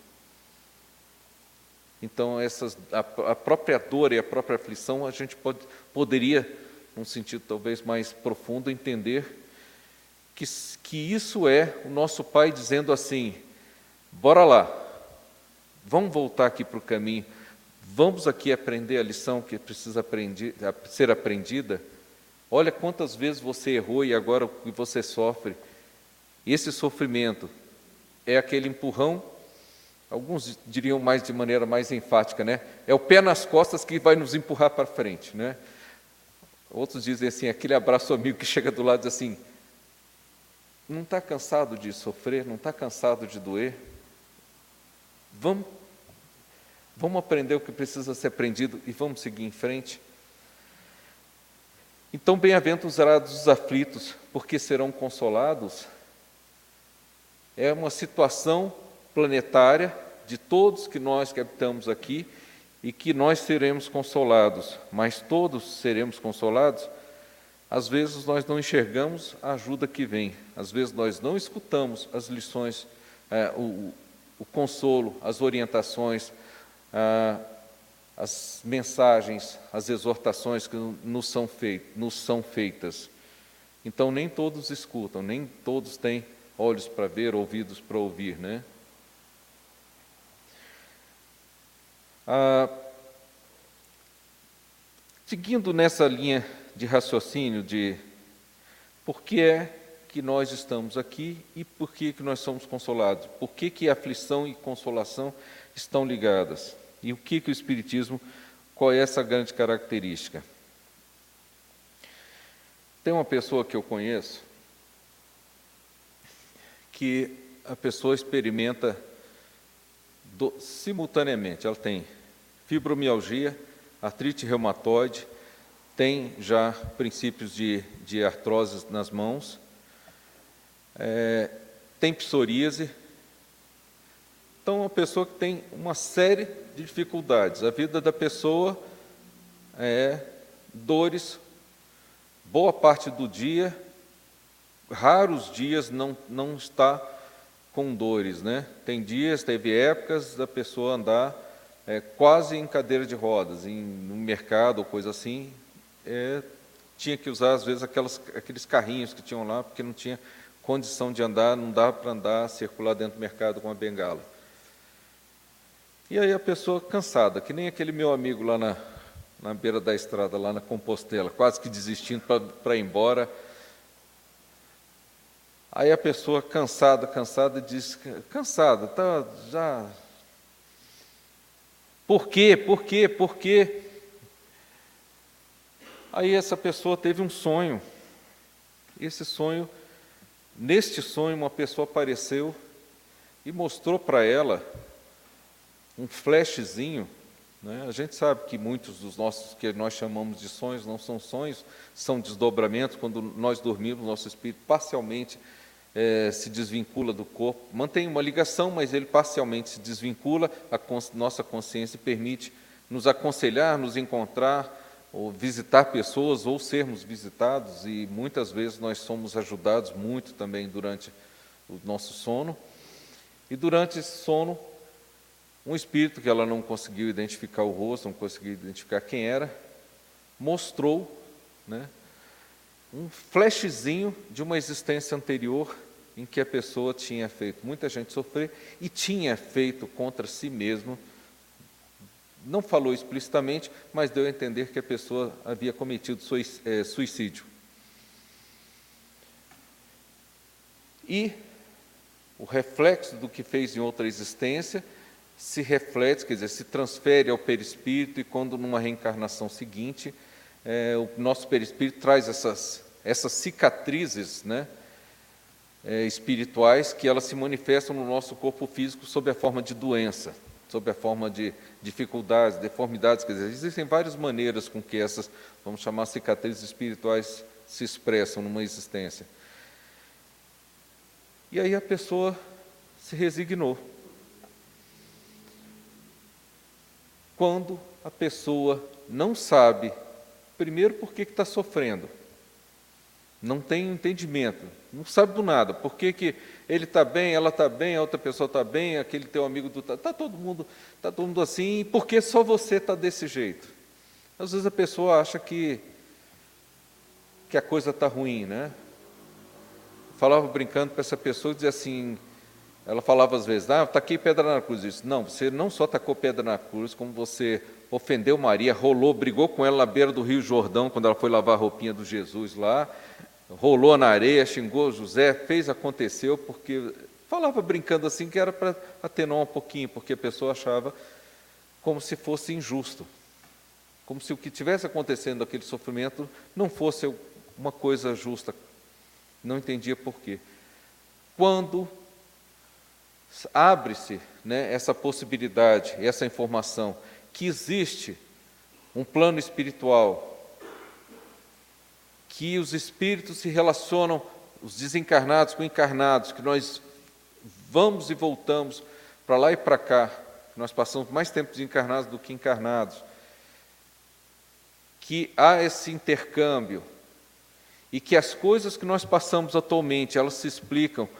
Então, a própria dor e a própria aflição, a gente poderia, num sentido talvez mais profundo, entender que isso é o nosso Pai dizendo assim, bora lá, vamos voltar aqui para o caminho, vamos aqui aprender a lição que precisa ser aprendida. Olha quantas vezes você errou e agora o que você sofre. Esse sofrimento é aquele empurrão, alguns diriam mais de maneira mais enfática, né? É o pé nas costas que vai nos empurrar para frente, né? Outros dizem assim, aquele abraço amigo que chega do lado e diz assim, não está cansado de sofrer, não está cansado de doer? Vamos aprender o que precisa ser aprendido e vamos seguir em frente? Então, bem-aventurados os aflitos, porque serão consolados. É uma situação planetária de todos que nós que habitamos aqui e que nós seremos consolados, mas todos seremos consolados. Às vezes nós não enxergamos a ajuda que vem, às vezes nós não escutamos as lições, o consolo, as orientações, as mensagens, as exortações que nos são feitas. Então nem todos escutam, nem todos têm olhos para ver, ouvidos para ouvir, né? Seguindo nessa linha de raciocínio por que é que nós estamos aqui e por que nós somos consolados? Por que aflição e consolação estão ligadas? E o que o Espiritismo, qual é essa grande característica? Tem uma pessoa que eu conheço que a pessoa experimenta simultaneamente. Ela tem fibromialgia, artrite reumatoide, tem já princípios de artrose nas mãos, tem psoríase. Então, é uma pessoa que tem uma série de dificuldades. A vida da pessoa é dores, boa parte do dia, raros dias não está com dores, né? Tem dias, teve épocas da pessoa andar quase em cadeira de rodas, no mercado ou coisa assim, tinha que usar às vezes aqueles carrinhos que tinham lá, porque não tinha condição de andar, não dá para andar, circular dentro do mercado com uma bengala. E aí a pessoa cansada, que nem aquele meu amigo lá na beira da estrada, lá na Compostela, quase que desistindo para ir embora. Aí a pessoa cansada diz, cansada, tá, já... Por quê? Aí essa pessoa teve um sonho. Neste sonho, uma pessoa apareceu e mostrou para ela um flashzinho, né? A gente sabe que muitos dos nossos, que nós chamamos de sonhos, não são sonhos, são desdobramentos. Quando nós dormimos, nosso espírito parcialmente se desvincula do corpo, mantém uma ligação, mas ele parcialmente se desvincula, nossa consciência permite nos aconselhar, nos encontrar, ou visitar pessoas, ou sermos visitados, e muitas vezes nós somos ajudados muito também durante o nosso sono. E durante esse sono, um espírito que ela não conseguiu identificar o rosto, não conseguiu identificar quem era, mostrou, né, um flashzinho de uma existência anterior em que a pessoa tinha feito muita gente sofrer e tinha feito contra si mesmo. Não falou explicitamente, mas deu a entender que a pessoa havia cometido suicídio. E o reflexo do que fez em outra existência se reflete, quer dizer, se transfere ao perispírito, e quando numa reencarnação seguinte, o nosso perispírito traz essas cicatrizes, né, espirituais, que elas se manifestam no nosso corpo físico sob a forma de doença, sob a forma de dificuldades, deformidades. Quer dizer, existem várias maneiras com que essas, vamos chamar, cicatrizes espirituais se expressam numa existência. E aí a pessoa se resignou. Quando a pessoa não sabe, primeiro, por que está sofrendo, não tem entendimento, não sabe do nada, por que ele está bem, ela está bem, a outra pessoa está bem, aquele teu amigo está todo mundo assim, e por que só você está desse jeito? Às vezes a pessoa acha que a coisa está ruim, né? Falava brincando com essa pessoa, dizia assim, ela falava às vezes, eu taquei pedra na cruz. Eu disse, não, você não só tacou pedra na cruz, como você ofendeu Maria, brigou com ela na beira do Rio Jordão, quando ela foi lavar a roupinha do Jesus lá, rolou na areia, xingou José, aconteceu, porque falava brincando assim, que era para atenuar um pouquinho, porque a pessoa achava como se fosse injusto, como se o que estivesse acontecendo, aquele sofrimento, não fosse uma coisa justa. Não entendia por quê. Quando abre-se, né, essa possibilidade, essa informação, que existe um plano espiritual, que os espíritos se relacionam, os desencarnados com encarnados, que nós vamos e voltamos para lá e para cá, nós passamos mais tempo desencarnados do que encarnados, que há esse intercâmbio, e que as coisas que nós passamos atualmente, elas se explicam,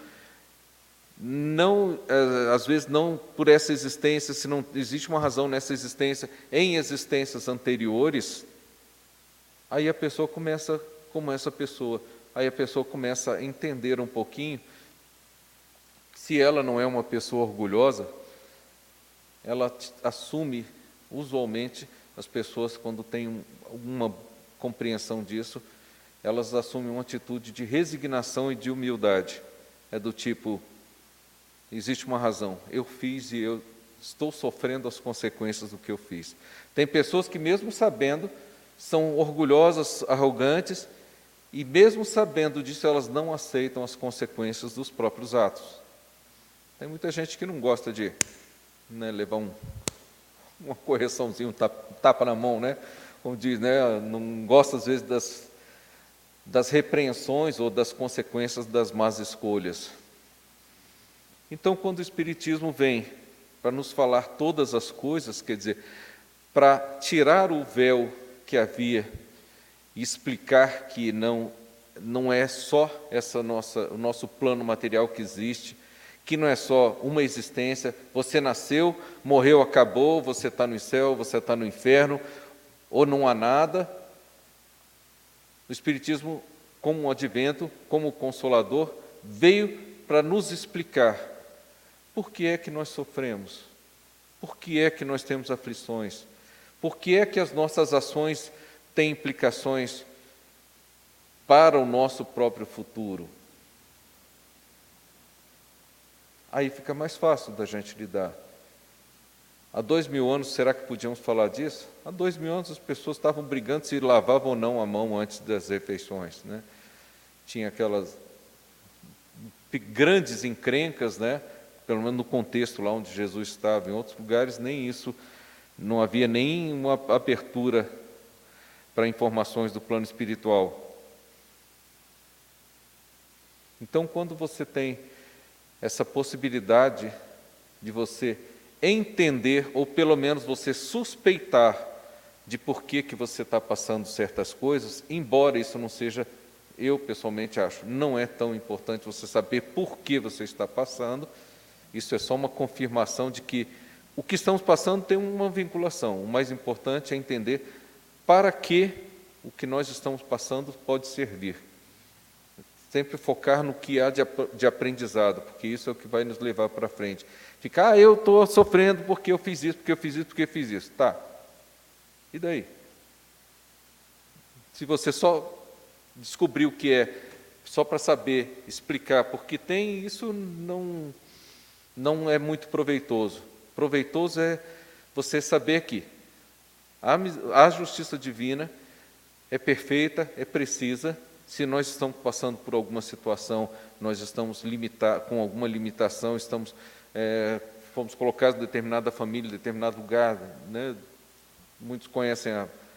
não, às vezes não por essa existência, se não existe uma razão nessa existência, em existências anteriores, aí a pessoa começa, como essa pessoa, aí a pessoa começa a entender um pouquinho, se ela não é uma pessoa orgulhosa, ela assume, usualmente, as pessoas, quando têm alguma compreensão disso, elas assumem uma atitude de resignação e de humildade. É do tipo, existe uma razão, eu fiz e eu estou sofrendo as consequências do que eu fiz. Tem pessoas que, mesmo sabendo, são orgulhosas, arrogantes, e mesmo sabendo disso, elas não aceitam as consequências dos próprios atos. Tem muita gente que não gosta de levar uma correçãozinha, um tapa na mão, como diz, não gosta às vezes das repreensões ou das consequências das más escolhas. Então, quando o Espiritismo vem para nos falar todas as coisas, quer dizer, para tirar o véu que havia e explicar que não é só o nosso plano material que existe, que não é só uma existência, você nasceu, morreu, acabou, você está no céu, você está no inferno, ou não há nada. O Espiritismo, como um advento, como consolador, veio para nos explicar por que é que nós sofremos, por que é que nós temos aflições, por que é que as nossas ações têm implicações para o nosso próprio futuro. Aí fica mais fácil da gente lidar. Há 2000 anos, será que podíamos falar disso? Há 2000 anos as pessoas estavam brigando se lavavam ou não a mão antes das refeições, Tinha aquelas grandes encrencas, pelo menos no contexto lá onde Jesus estava. Em outros lugares, nem isso, não havia nem uma abertura para informações do plano espiritual. Então, quando você tem essa possibilidade de você entender, ou pelo menos você suspeitar de por que você está passando certas coisas, embora isso não seja, eu pessoalmente acho, não é tão importante você saber por que você está passando, isso é só uma confirmação de que o que estamos passando tem uma vinculação. O mais importante é entender para que o que nós estamos passando pode servir. Sempre focar no que há de aprendizado, porque isso é o que vai nos levar para frente. Ficar, eu estou sofrendo porque eu fiz isso, porque eu fiz isso, porque eu fiz isso. Tá. E daí? Se você só descobrir o que é, só para saber explicar por que tem, isso não é muito proveitoso. Proveitoso é você saber que a justiça divina é perfeita, é precisa. Se nós estamos passando por alguma situação, nós estamos com alguma limitação, fomos colocados em determinada família, em determinado lugar. Muitos conhecem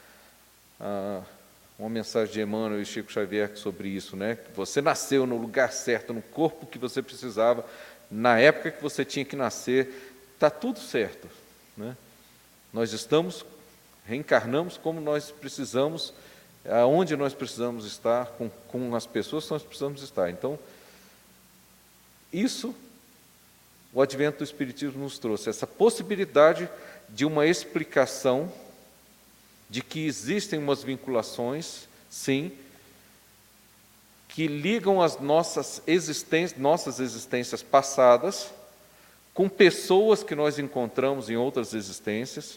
uma mensagem de Emmanuel e Chico Xavier sobre isso, que você nasceu no lugar certo, no corpo que você precisava, na época que você tinha que nascer, está tudo certo. Nós reencarnamos como nós precisamos, aonde nós precisamos estar, com as pessoas que nós precisamos estar. Então, isso, o advento do Espiritismo nos trouxe, essa possibilidade de uma explicação de que existem umas vinculações, sim, que ligam as nossas existências passadas com pessoas que nós encontramos em outras existências,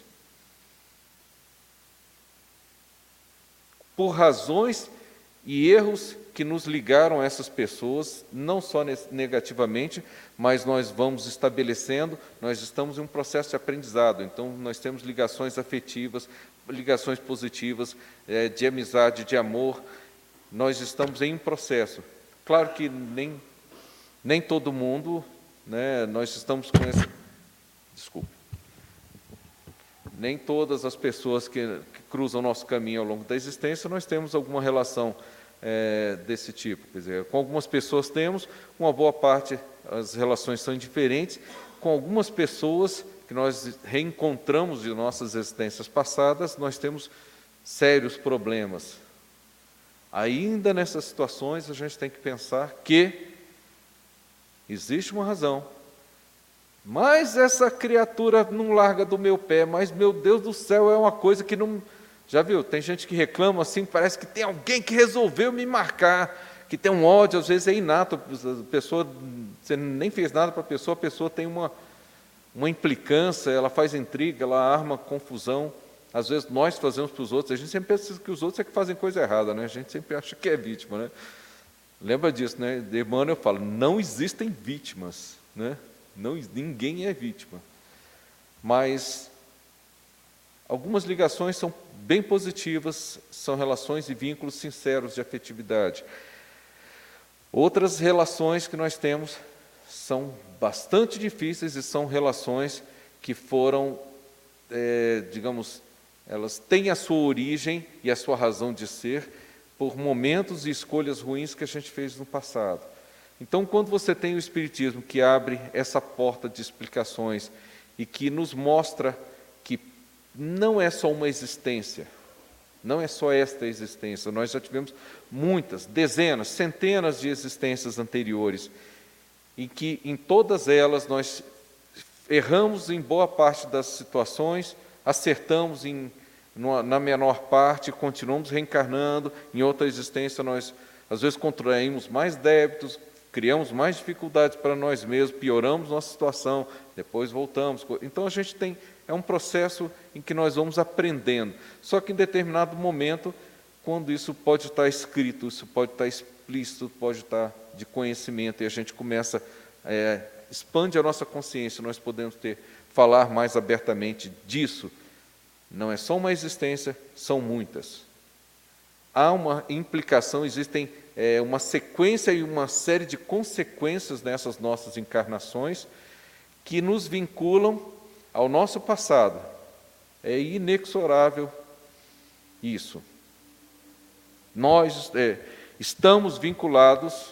por razões e erros que nos ligaram a essas pessoas, não só negativamente, mas nós vamos estabelecendo, nós estamos em um processo de aprendizado, então nós temos ligações afetivas, ligações positivas, de amizade, de amor, nós estamos em um processo. Claro que nem todo mundo, nós estamos com esse... Desculpe. Nem todas as pessoas que cruzam o nosso caminho ao longo da existência, nós temos alguma relação desse tipo. Quer dizer, com algumas pessoas temos, uma boa parte as relações são diferentes, com algumas pessoas que nós reencontramos de nossas existências passadas, nós temos sérios problemas. Ainda nessas situações, a gente tem que pensar que existe uma razão, mas essa criatura não larga do meu pé, mas, meu Deus do céu, é uma coisa que não... Já viu? Tem gente que reclama assim, parece que tem alguém que resolveu me marcar, que tem um ódio, às vezes é inato, a pessoa, você nem fez nada para a pessoa tem uma implicância, ela faz intriga, ela arma confusão. às vezes nós fazemos para os outros, a gente sempre pensa que os outros é que fazem coisa errada, né? A gente sempre acha que é vítima, né? Lembra disso, né? De Emmanuel fala, não existem vítimas, né? Ninguém é vítima. Mas algumas ligações são bem positivas, são relações e vínculos sinceros de afetividade. Outras relações que nós temos são bastante difíceis e são relações que foram, digamos, elas têm a sua origem e a sua razão de ser por momentos e escolhas ruins que a gente fez no passado. Então, quando você tem o Espiritismo que abre essa porta de explicações e que nos mostra que não é só uma existência, não é só esta existência, nós já tivemos muitas, dezenas, centenas de existências anteriores, e que em todas elas nós erramos em boa parte das situações, acertamos na menor parte, continuamos reencarnando, em outra existência nós às vezes contraímos mais débitos, criamos mais dificuldades para nós mesmos, pioramos nossa situação, depois voltamos. Então a gente é um processo em que nós vamos aprendendo. Só que em determinado momento, quando isso pode estar escrito, isso pode estar explícito, pode estar de conhecimento, e a gente começa, expande a nossa consciência, nós podemos falar mais abertamente disso. Não é só uma existência, são muitas. Há uma implicação, existem uma sequência e uma série de consequências nessas nossas encarnações que nos vinculam ao nosso passado. É inexorável isso. Nós estamos vinculados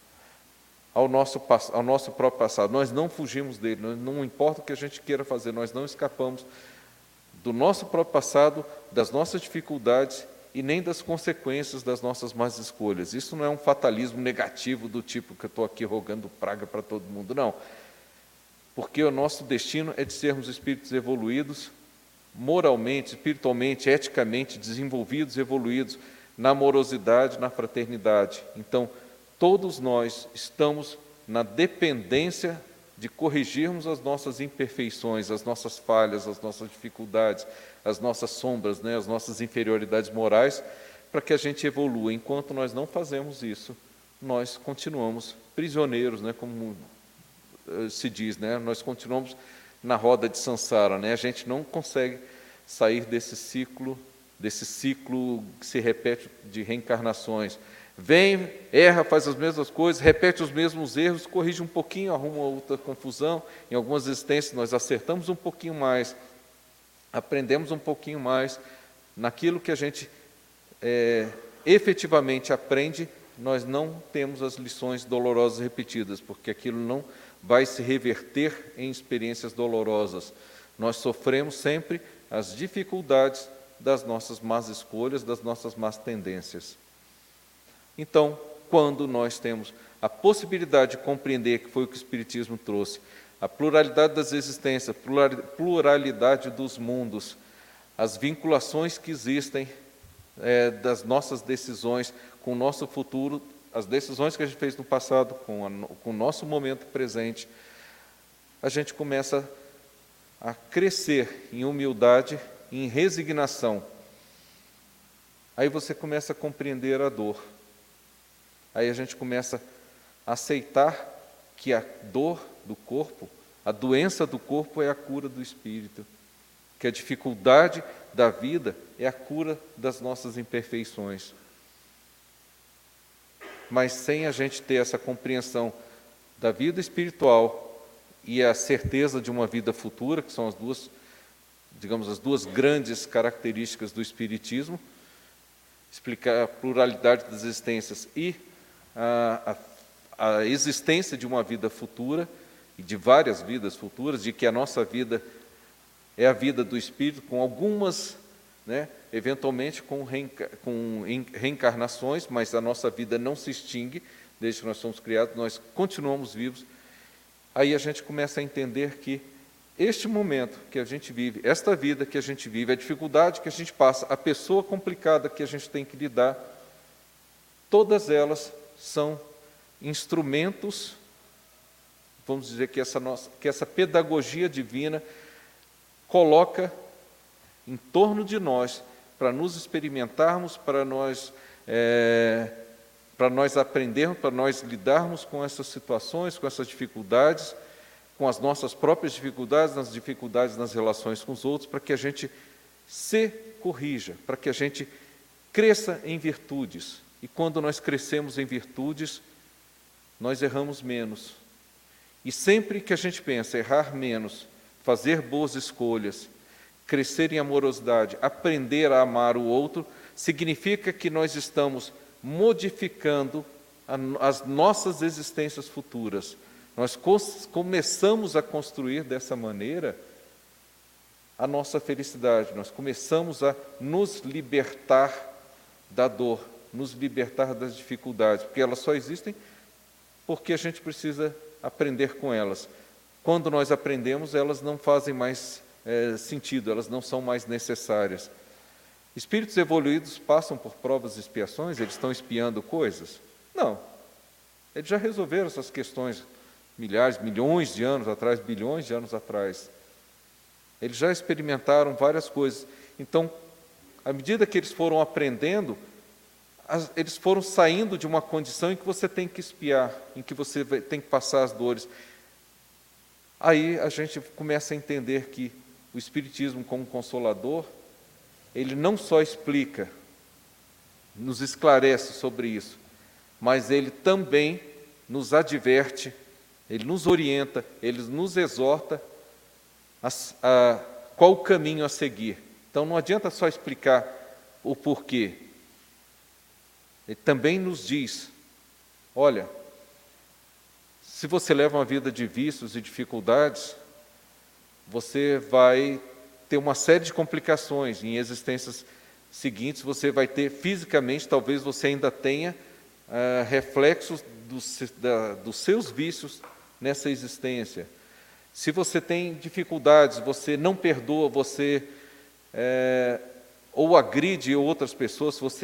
ao nosso próprio passado. Nós não fugimos dele, não importa o que a gente queira fazer, nós não escapamos do nosso próprio passado, das nossas dificuldades e nem das consequências das nossas más escolhas. Isso não é um fatalismo negativo do tipo que eu estou aqui rogando praga para todo mundo, não. Porque o nosso destino é de sermos espíritos evoluídos, moralmente, espiritualmente, eticamente desenvolvidos, evoluídos, na amorosidade, na fraternidade. Então, todos nós estamos na dependência de corrigirmos as nossas imperfeições, as nossas falhas, as nossas dificuldades, as nossas sombras, né, as nossas inferioridades morais, para que a gente evolua. Enquanto nós não fazemos isso, nós continuamos prisioneiros, né, como se diz, né, nós continuamos na roda de Sansara, né, a gente não consegue sair desse ciclo que se repete de reencarnações. Vem, erra, faz as mesmas coisas, repete os mesmos erros, corrige um pouquinho, arruma outra confusão. Em algumas existências nós acertamos um pouquinho mais, aprendemos um pouquinho mais. Naquilo que a gente efetivamente aprende, nós não temos as lições dolorosas repetidas, porque aquilo não vai se reverter em experiências dolorosas. Nós sofremos sempre as dificuldades das nossas más escolhas, das nossas más tendências. Então, quando nós temos a possibilidade de compreender, que foi o que o Espiritismo trouxe, a pluralidade das existências, pluralidade dos mundos, as vinculações que existem das nossas decisões com o nosso futuro, as decisões que a gente fez no passado com o nosso momento presente, a gente começa a crescer em humildade, em resignação. Aí você começa a compreender a dor. Aí a gente começa a aceitar que a dor do corpo, a doença do corpo é a cura do espírito, que a dificuldade da vida é a cura das nossas imperfeições. Mas sem a gente ter essa compreensão da vida espiritual e a certeza de uma vida futura, que são as duas grandes características do Espiritismo, explicar a pluralidade das existências e a existência de uma vida futura, e de várias vidas futuras, de que a nossa vida é a vida do Espírito, com algumas, eventualmente com reencarnações, mas a nossa vida não se extingue, desde que nós somos criados, nós continuamos vivos. Aí a gente começa a entender que este momento que a gente vive, esta vida que a gente vive, a dificuldade que a gente passa, a pessoa complicada que a gente tem que lidar, todas elas são instrumentos, vamos dizer que essa pedagogia divina coloca em torno de nós, para nos experimentarmos, para nós aprendermos, para nós lidarmos com essas situações, com essas dificuldades, com as nossas próprias dificuldades, nas dificuldades nas relações com os outros, para que a gente se corrija, para que a gente cresça em virtudes. E quando nós crescemos em virtudes, nós erramos menos. E sempre que a gente pensa errar menos, fazer boas escolhas, crescer em amorosidade, aprender a amar o outro, significa que nós estamos modificando as nossas existências futuras. Nós começamos a construir dessa maneira a nossa felicidade, nós começamos a nos libertar da dor, nos libertar das dificuldades, porque elas só existem porque a gente precisa aprender com elas. Quando nós aprendemos, elas não fazem mais sentido, elas não são mais necessárias. Espíritos evoluídos passam por provas e expiações, eles estão espiando coisas? Não. Eles já resolveram essas questões milhares, milhões de anos atrás, bilhões de anos atrás. Eles já experimentaram várias coisas. Então, à medida que eles foram aprendendo, eles foram saindo de uma condição em que você tem que espiar, em que você tem que passar as dores. Aí a gente começa a entender que o Espiritismo, como consolador, ele não só explica, nos esclarece sobre isso, mas ele também nos adverte, ele nos orienta, ele nos exorta qual o caminho a seguir. Então não adianta só explicar o porquê. Ele também nos diz, olha, se você leva uma vida de vícios e dificuldades, você vai ter uma série de complicações. Em existências seguintes, você vai ter, fisicamente, talvez você ainda tenha reflexos dos seus vícios nessa existência. Se você tem dificuldades, você não perdoa, você ou agride outras pessoas, você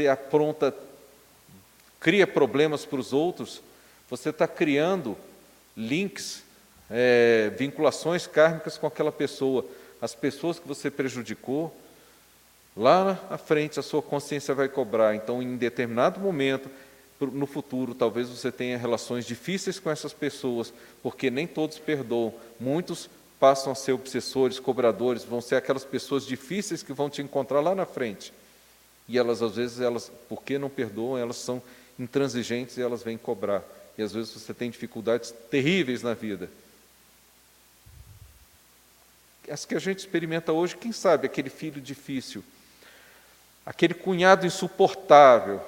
cria problemas para os outros, você está criando links, vinculações kármicas com aquela pessoa. As pessoas que você prejudicou, lá à frente a sua consciência vai cobrar. Então, em determinado momento, no futuro, talvez você tenha relações difíceis com essas pessoas, porque nem todos perdoam. Muitos passam a ser obsessores, cobradores, vão ser aquelas pessoas difíceis que vão te encontrar lá na frente. E elas, às vezes, porque não perdoam, elas são intransigentes e elas vêm cobrar. E às vezes você tem dificuldades terríveis na vida. As que a gente experimenta hoje, quem sabe, aquele filho difícil, aquele cunhado insuportável,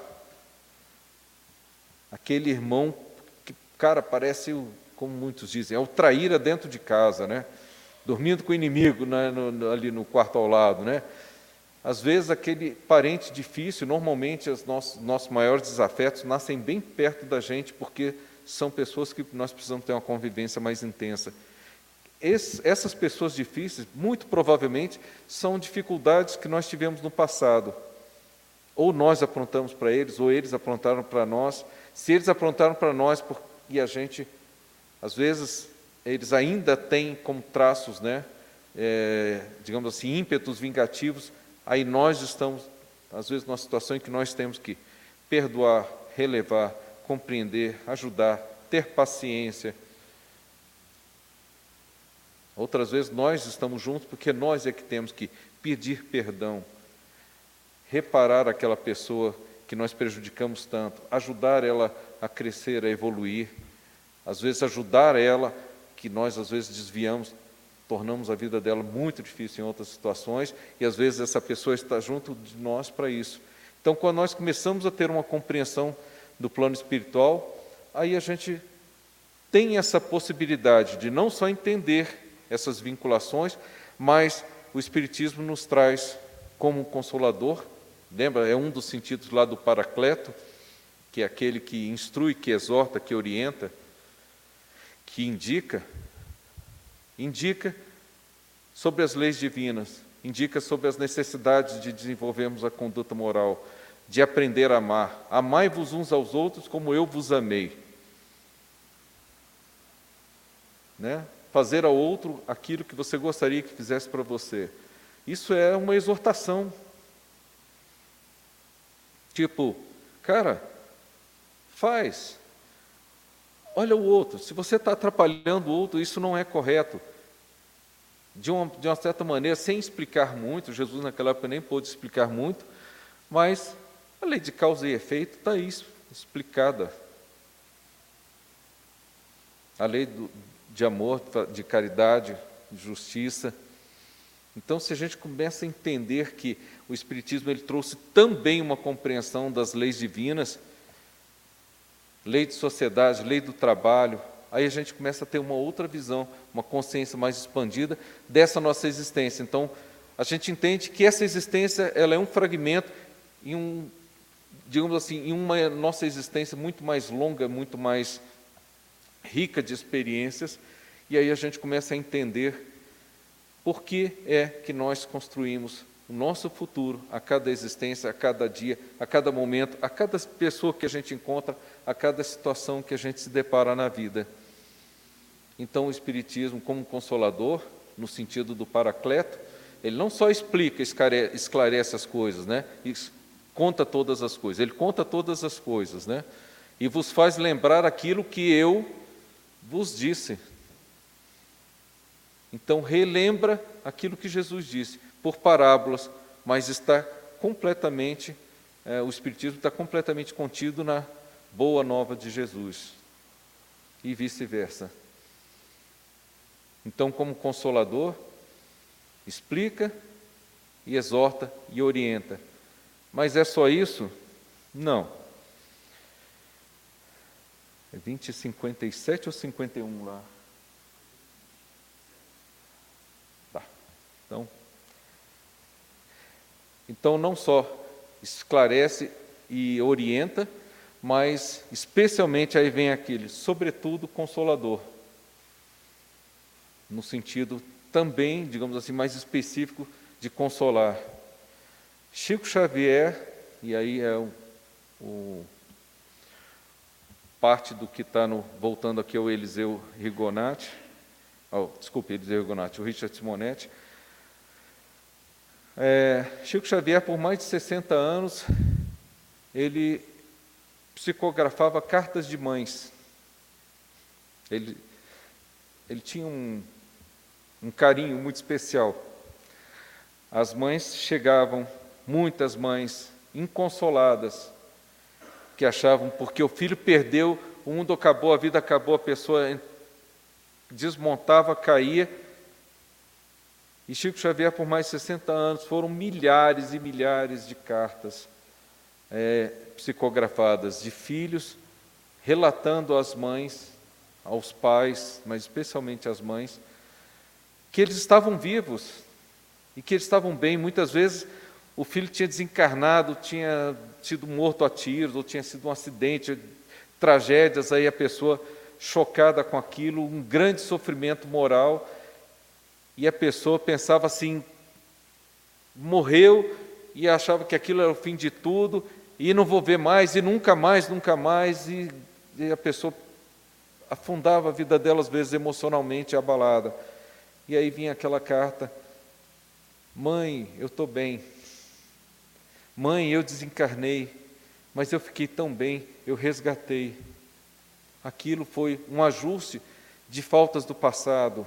aquele irmão que, cara, parece, como muitos dizem, é o traíra dentro de casa, né? Dormindo com o inimigo ali no quarto ao lado, né? Às vezes, aquele parente difícil, normalmente, os nossos maiores desafetos nascem bem perto da gente, porque são pessoas que nós precisamos ter uma convivência mais intensa. Essas pessoas difíceis, muito provavelmente, são dificuldades que nós tivemos no passado. Ou nós aprontamos para eles, ou eles aprontaram para nós. Se eles aprontaram para nós, e a gente, às vezes, eles ainda têm como traços, né, digamos assim, ímpetos vingativos, aí nós estamos, às vezes, numa situação em que nós temos que perdoar, relevar, compreender, ajudar, ter paciência. Outras vezes nós estamos juntos porque nós é que temos que pedir perdão, reparar aquela pessoa que nós prejudicamos tanto, ajudar ela a crescer, a evoluir, às vezes ajudar ela, que nós às vezes desviamos, tornamos a vida dela muito difícil em outras situações, e às vezes essa pessoa está junto de nós para isso. Então, quando nós começamos a ter uma compreensão do plano espiritual, aí a gente tem essa possibilidade de não só entender essas vinculações, mas o Espiritismo nos traz como um consolador. Lembra, é um dos sentidos lá do Paracleto, que é aquele que instrui, que exorta, que orienta, que indica sobre as leis divinas, indica sobre as necessidades de desenvolvermos a conduta moral, de aprender a amar. Amai-vos uns aos outros como eu vos amei. Né? Fazer ao outro aquilo que você gostaria que fizesse para você. Isso é uma exortação. Tipo, cara, faz. Olha o outro. Se você está atrapalhando o outro, isso não é correto. De uma certa maneira, sem explicar muito, Jesus naquela época nem pôde explicar muito, mas a lei de causa e efeito está aí explicada. A lei de amor, de caridade, de justiça. Então, se a gente começa a entender que o Espiritismo ele trouxe também uma compreensão das leis divinas, lei de sociedade, lei do trabalho, aí a gente começa a ter uma outra visão, uma consciência mais expandida dessa nossa existência. Então, a gente entende que essa existência ela é um fragmento digamos assim, em uma nossa existência muito mais longa, muito mais rica de experiências, e aí a gente começa a entender por que é que nós construímos o nosso futuro a cada existência, a cada dia, a cada momento, a cada pessoa que a gente encontra, a cada situação que a gente se depara na vida. Então, o Espiritismo, como consolador, no sentido do Paracleto, ele não só explica, esclarece as coisas, né? Conta todas as coisas, ele conta todas as coisas, né? E vos faz lembrar aquilo que eu vos disse. Então, relembra aquilo que Jesus disse, por parábolas, mas está completamente, o Espiritismo está completamente contido na boa nova de Jesus, e vice-versa. Então, como consolador, explica e exorta e orienta. Mas é só isso? Não. É 20:57 ou 51 lá? Tá. Então, não só esclarece e orienta, mas especialmente aí vem aquele, sobretudo, consolador. No sentido também, digamos assim, mais específico de consolar. Chico Xavier, e aí é parte do que está voltando aqui ao Eliseu Rigonati, Eliseu Rigonati, o Richard Simonetti. Chico Xavier, por mais de 60 anos, ele psicografava cartas de mães. Ele tinha um carinho muito especial. As mães chegavam, muitas mães, inconsoladas, que achavam, porque o filho perdeu, o mundo acabou, a vida acabou, a pessoa desmontava, caía. E Chico Xavier, por mais de 60 anos, foram milhares e milhares de cartas psicografadas de filhos, relatando às mães, aos pais, mas especialmente às mães, que eles estavam vivos e que eles estavam bem. Muitas vezes o filho tinha desencarnado, tinha sido morto a tiros, ou tinha sido um acidente, tragédias, aí a pessoa chocada com aquilo, um grande sofrimento moral, e a pessoa pensava assim, morreu, e achava que aquilo era o fim de tudo, e não vou ver mais, e nunca mais, e a pessoa afundava a vida dela, às vezes, emocionalmente abalada. E aí vinha aquela carta: mãe, eu estou bem. Mãe, eu desencarnei, mas eu fiquei tão bem, eu resgatei. Aquilo foi um ajuste de faltas do passado.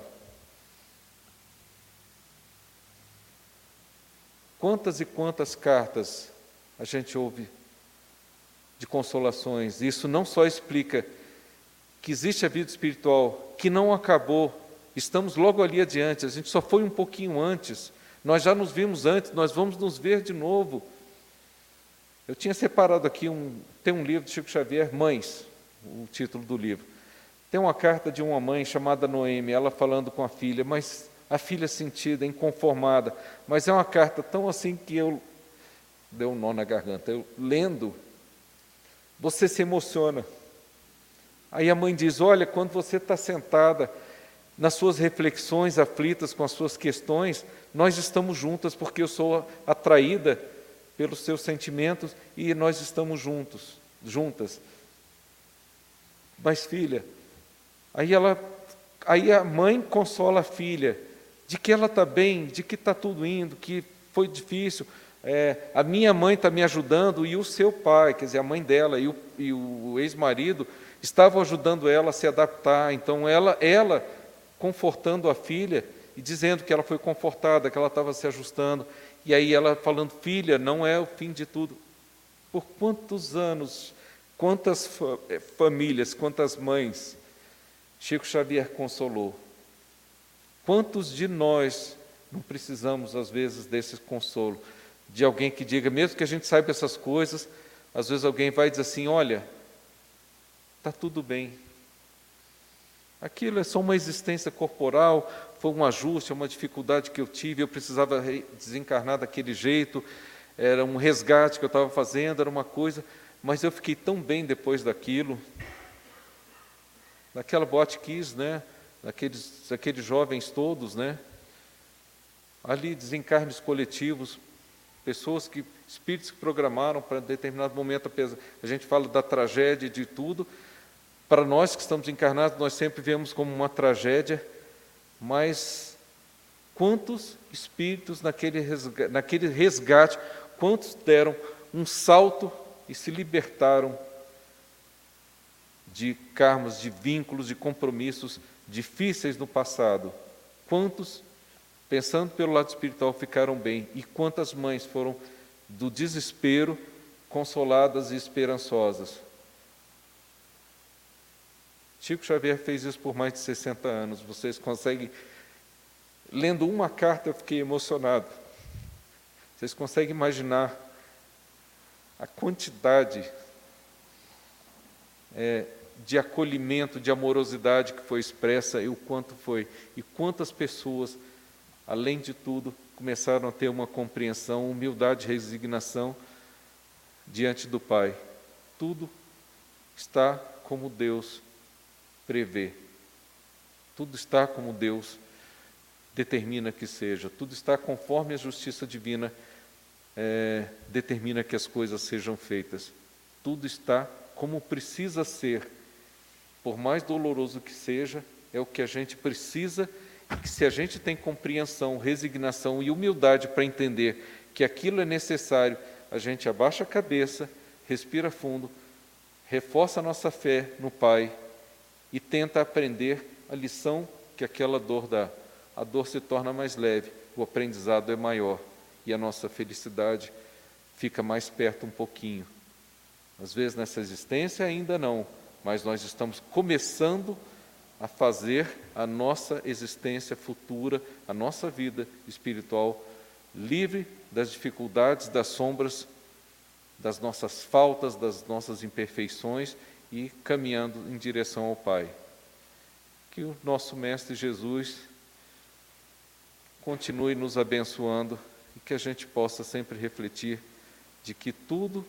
Quantas e quantas cartas a gente ouve de consolações. Isso não só explica que existe a vida espiritual, que não acabou, estamos logo ali adiante, a gente só foi um pouquinho antes, nós já nos vimos antes, nós vamos nos ver de novo. Eu tinha separado aqui, tem um livro de Chico Xavier, Mães, o título do livro. Tem uma carta de uma mãe chamada Noemi, ela falando com a filha, mas a filha sentida, inconformada, mas é uma carta tão assim que deu um nó na garganta. Eu lendo, você se emociona. Aí a mãe diz: olha, quando você está sentada nas suas reflexões aflitas com as suas questões, nós estamos juntas, porque eu sou atraída pelos seus sentimentos e nós estamos juntas. Mas filha, aí a mãe consola a filha, de que ela está bem, de que está tudo indo, que foi difícil, a minha mãe está me ajudando e o seu pai, quer dizer, a mãe dela e o ex-marido, estavam ajudando ela a se adaptar. Então, ela confortando a filha e dizendo que ela foi confortada, que ela estava se ajustando. E aí ela falando, filha, não é o fim de tudo. Por quantos anos, quantas famílias, quantas mães Chico Xavier consolou? Quantos de nós não precisamos, às vezes, desse consolo? De alguém que diga, mesmo que a gente saiba essas coisas, às vezes alguém vai dizer assim, olha, está tudo bem. Aquilo é só uma existência corporal, foi um ajuste, uma dificuldade que eu tive, eu precisava desencarnar daquele jeito, era um resgate que eu estava fazendo, era uma coisa, mas eu fiquei tão bem depois daquilo. Naquela Boate Kiss, né? Aqueles jovens todos, né? Ali, desencarnes coletivos, pessoas espíritos que programaram para determinado momento, a gente fala da tragédia e de tudo, para nós que estamos encarnados, nós sempre vemos como uma tragédia, mas quantos espíritos naquele resgate, quantos deram um salto e se libertaram de karmas, de vínculos, de compromissos difíceis no passado? Quantos, pensando pelo lado espiritual, ficaram bem? E quantas mães foram do desespero consoladas e esperançosas? Chico Xavier fez isso por mais de 60 anos. Vocês conseguem... Lendo uma carta, eu fiquei emocionado. Vocês conseguem imaginar a quantidade de acolhimento, de amorosidade que foi expressa e o quanto foi. E quantas pessoas, além de tudo, começaram a ter uma compreensão, humildade e resignação diante do Pai. Tudo está como Deus prevê. Tudo está como Deus determina que seja. Tudo está conforme a justiça divina determina que as coisas sejam feitas. Tudo está como precisa ser. Por mais doloroso que seja, é o que a gente precisa, e que se a gente tem compreensão, resignação e humildade para entender que aquilo é necessário, a gente abaixa a cabeça, respira fundo, reforça a nossa fé no Pai e tenta aprender a lição que aquela dor dá. A dor se torna mais leve, o aprendizado é maior e a nossa felicidade fica mais perto um pouquinho. Às vezes nessa existência ainda não, mas nós estamos começando a fazer a nossa existência futura, a nossa vida espiritual livre das dificuldades, das sombras, das nossas faltas, das nossas imperfeições e caminhando em direção ao Pai. Que o nosso Mestre Jesus continue nos abençoando e que a gente possa sempre refletir de que tudo,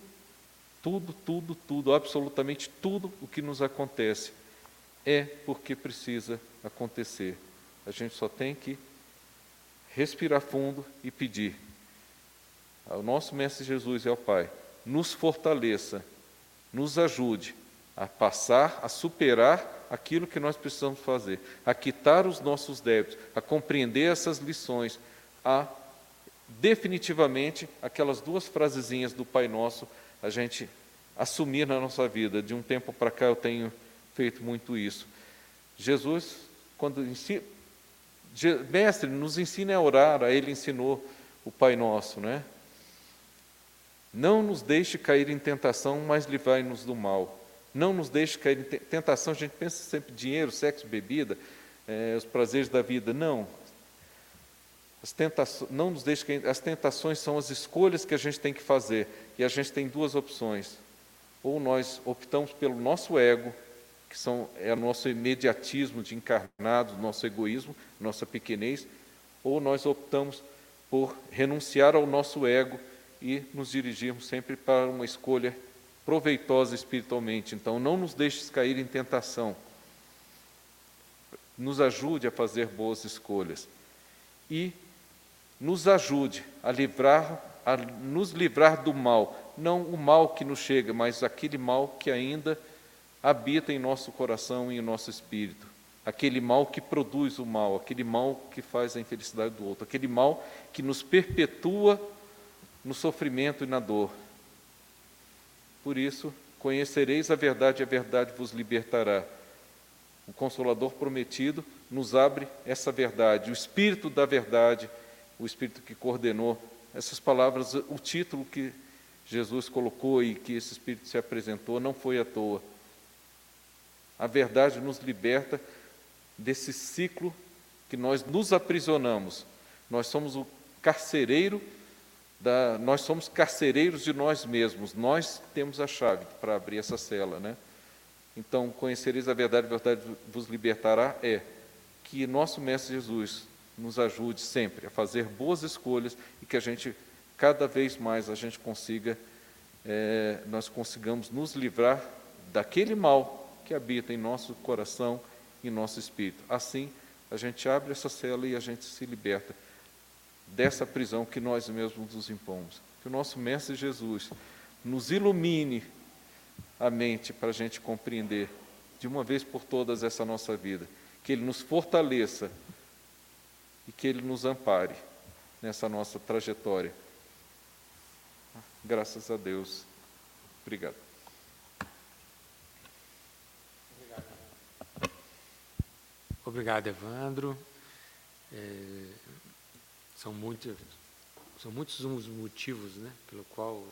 absolutamente tudo o que nos acontece é porque precisa acontecer. A gente só tem que respirar fundo e pedir ao nosso Mestre Jesus e ao Pai, nos fortaleça, nos ajude a passar, a superar aquilo que nós precisamos fazer, a quitar os nossos débitos, a compreender essas lições, a definitivamente aquelas duas frasezinhas do Pai Nosso, a gente assumir na nossa vida. De um tempo para cá eu tenho feito muito isso. Jesus, quando ensina, Mestre, nos ensina a orar, a Ele ensinou o Pai Nosso, né? Não nos deixe cair em tentação, mas livrai-nos do mal. Não nos deixe cair em tentação. A gente pensa sempre em dinheiro, sexo, bebida, os prazeres da vida. Não. Não nos deixe cair. As tentações são as escolhas que a gente tem que fazer. E a gente tem duas opções. Ou nós optamos pelo nosso ego, que é o nosso imediatismo de encarnado, nosso egoísmo, nossa pequenez, ou nós optamos por renunciar ao nosso ego e nos dirigirmos sempre para uma escolha proveitosa espiritualmente. Então, não nos deixes cair em tentação. Nos ajude a fazer boas escolhas. E nos ajude a nos livrar do mal. Não o mal que nos chega, mas aquele mal que ainda habita em nosso coração e em nosso espírito. aquele mal que produz o mal, aquele mal que faz a infelicidade do outro, aquele mal que nos perpetua no sofrimento e na dor. Por isso, conhecereis a verdade vos libertará. O Consolador prometido nos abre essa verdade, o Espírito da verdade, o Espírito que coordenou essas palavras, o título que Jesus colocou e que esse Espírito se apresentou não foi à toa. A verdade nos liberta desse ciclo que nós nos aprisionamos. Nós somos o carcereiro, nós somos carcereiros de nós mesmos. Nós temos a chave para abrir essa cela, né? Então, conhecereis a verdade vos libertará, que nosso Mestre Jesus nos ajude sempre a fazer boas escolhas e que a gente, cada vez mais, nós consigamos nos livrar daquele mal que habita em nosso coração e nosso espírito. Assim, a gente abre essa cela e a gente se liberta dessa prisão que nós mesmos nos impomos. Que o nosso Mestre Jesus nos ilumine a mente para a gente compreender de uma vez por todas essa nossa vida, que Ele nos fortaleça e que Ele nos ampare nessa nossa trajetória. Graças a Deus. Obrigado. Obrigado, Evandro. São muitos os motivos, né, pelo qual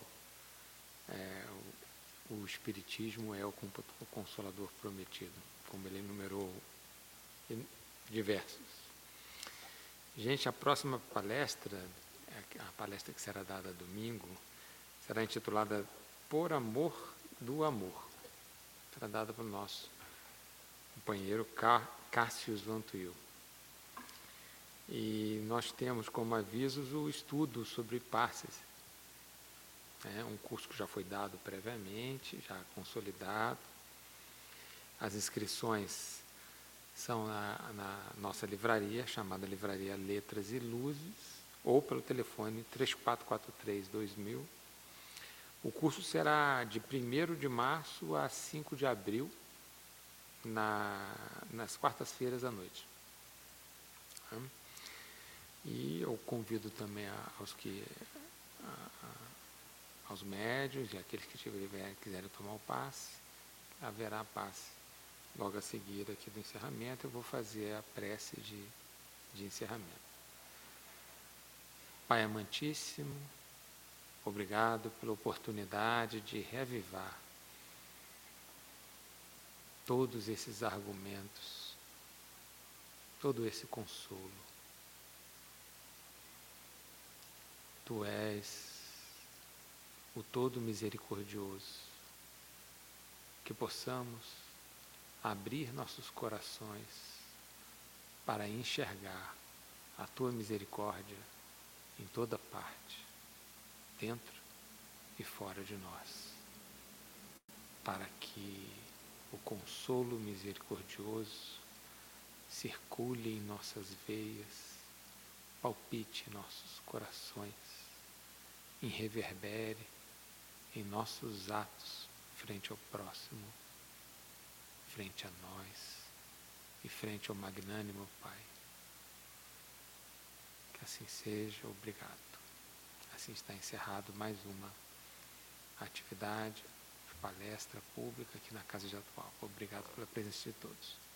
o Espiritismo é o Consolador prometido, como ele enumerou diversos. Gente, a próxima palestra, a palestra que será dada domingo, será intitulada Por Amor do Amor. Será dada pelo nosso companheiro Cássius Vantuil. E nós temos como avisos o estudo sobre Parsis. É um curso que já foi dado previamente, já consolidado. As inscrições são na nossa livraria, chamada Livraria Letras e Luzes, ou pelo telefone 3443-2000. O curso será de 1º de março a 5 de abril, nas quartas-feiras à noite. E eu convido também aos médiuns e aqueles que quiserem tomar o passe, haverá passe logo a seguir aqui do encerramento. Eu vou fazer a prece de encerramento. Pai amantíssimo, obrigado pela oportunidade de reavivar todos esses argumentos, todo esse consolo. Tu és o todo misericordioso, que possamos abrir nossos corações para enxergar a Tua misericórdia em toda parte, dentro e fora de nós, para que o consolo misericordioso circule em nossas veias, palpite em nossos corações, e reverbere em nossos atos frente ao próximo, frente a nós e frente ao magnânimo Pai. Que assim seja, obrigado. Assim está encerrado mais uma atividade de palestra pública aqui na Casa de Atual. Obrigado pela presença de todos.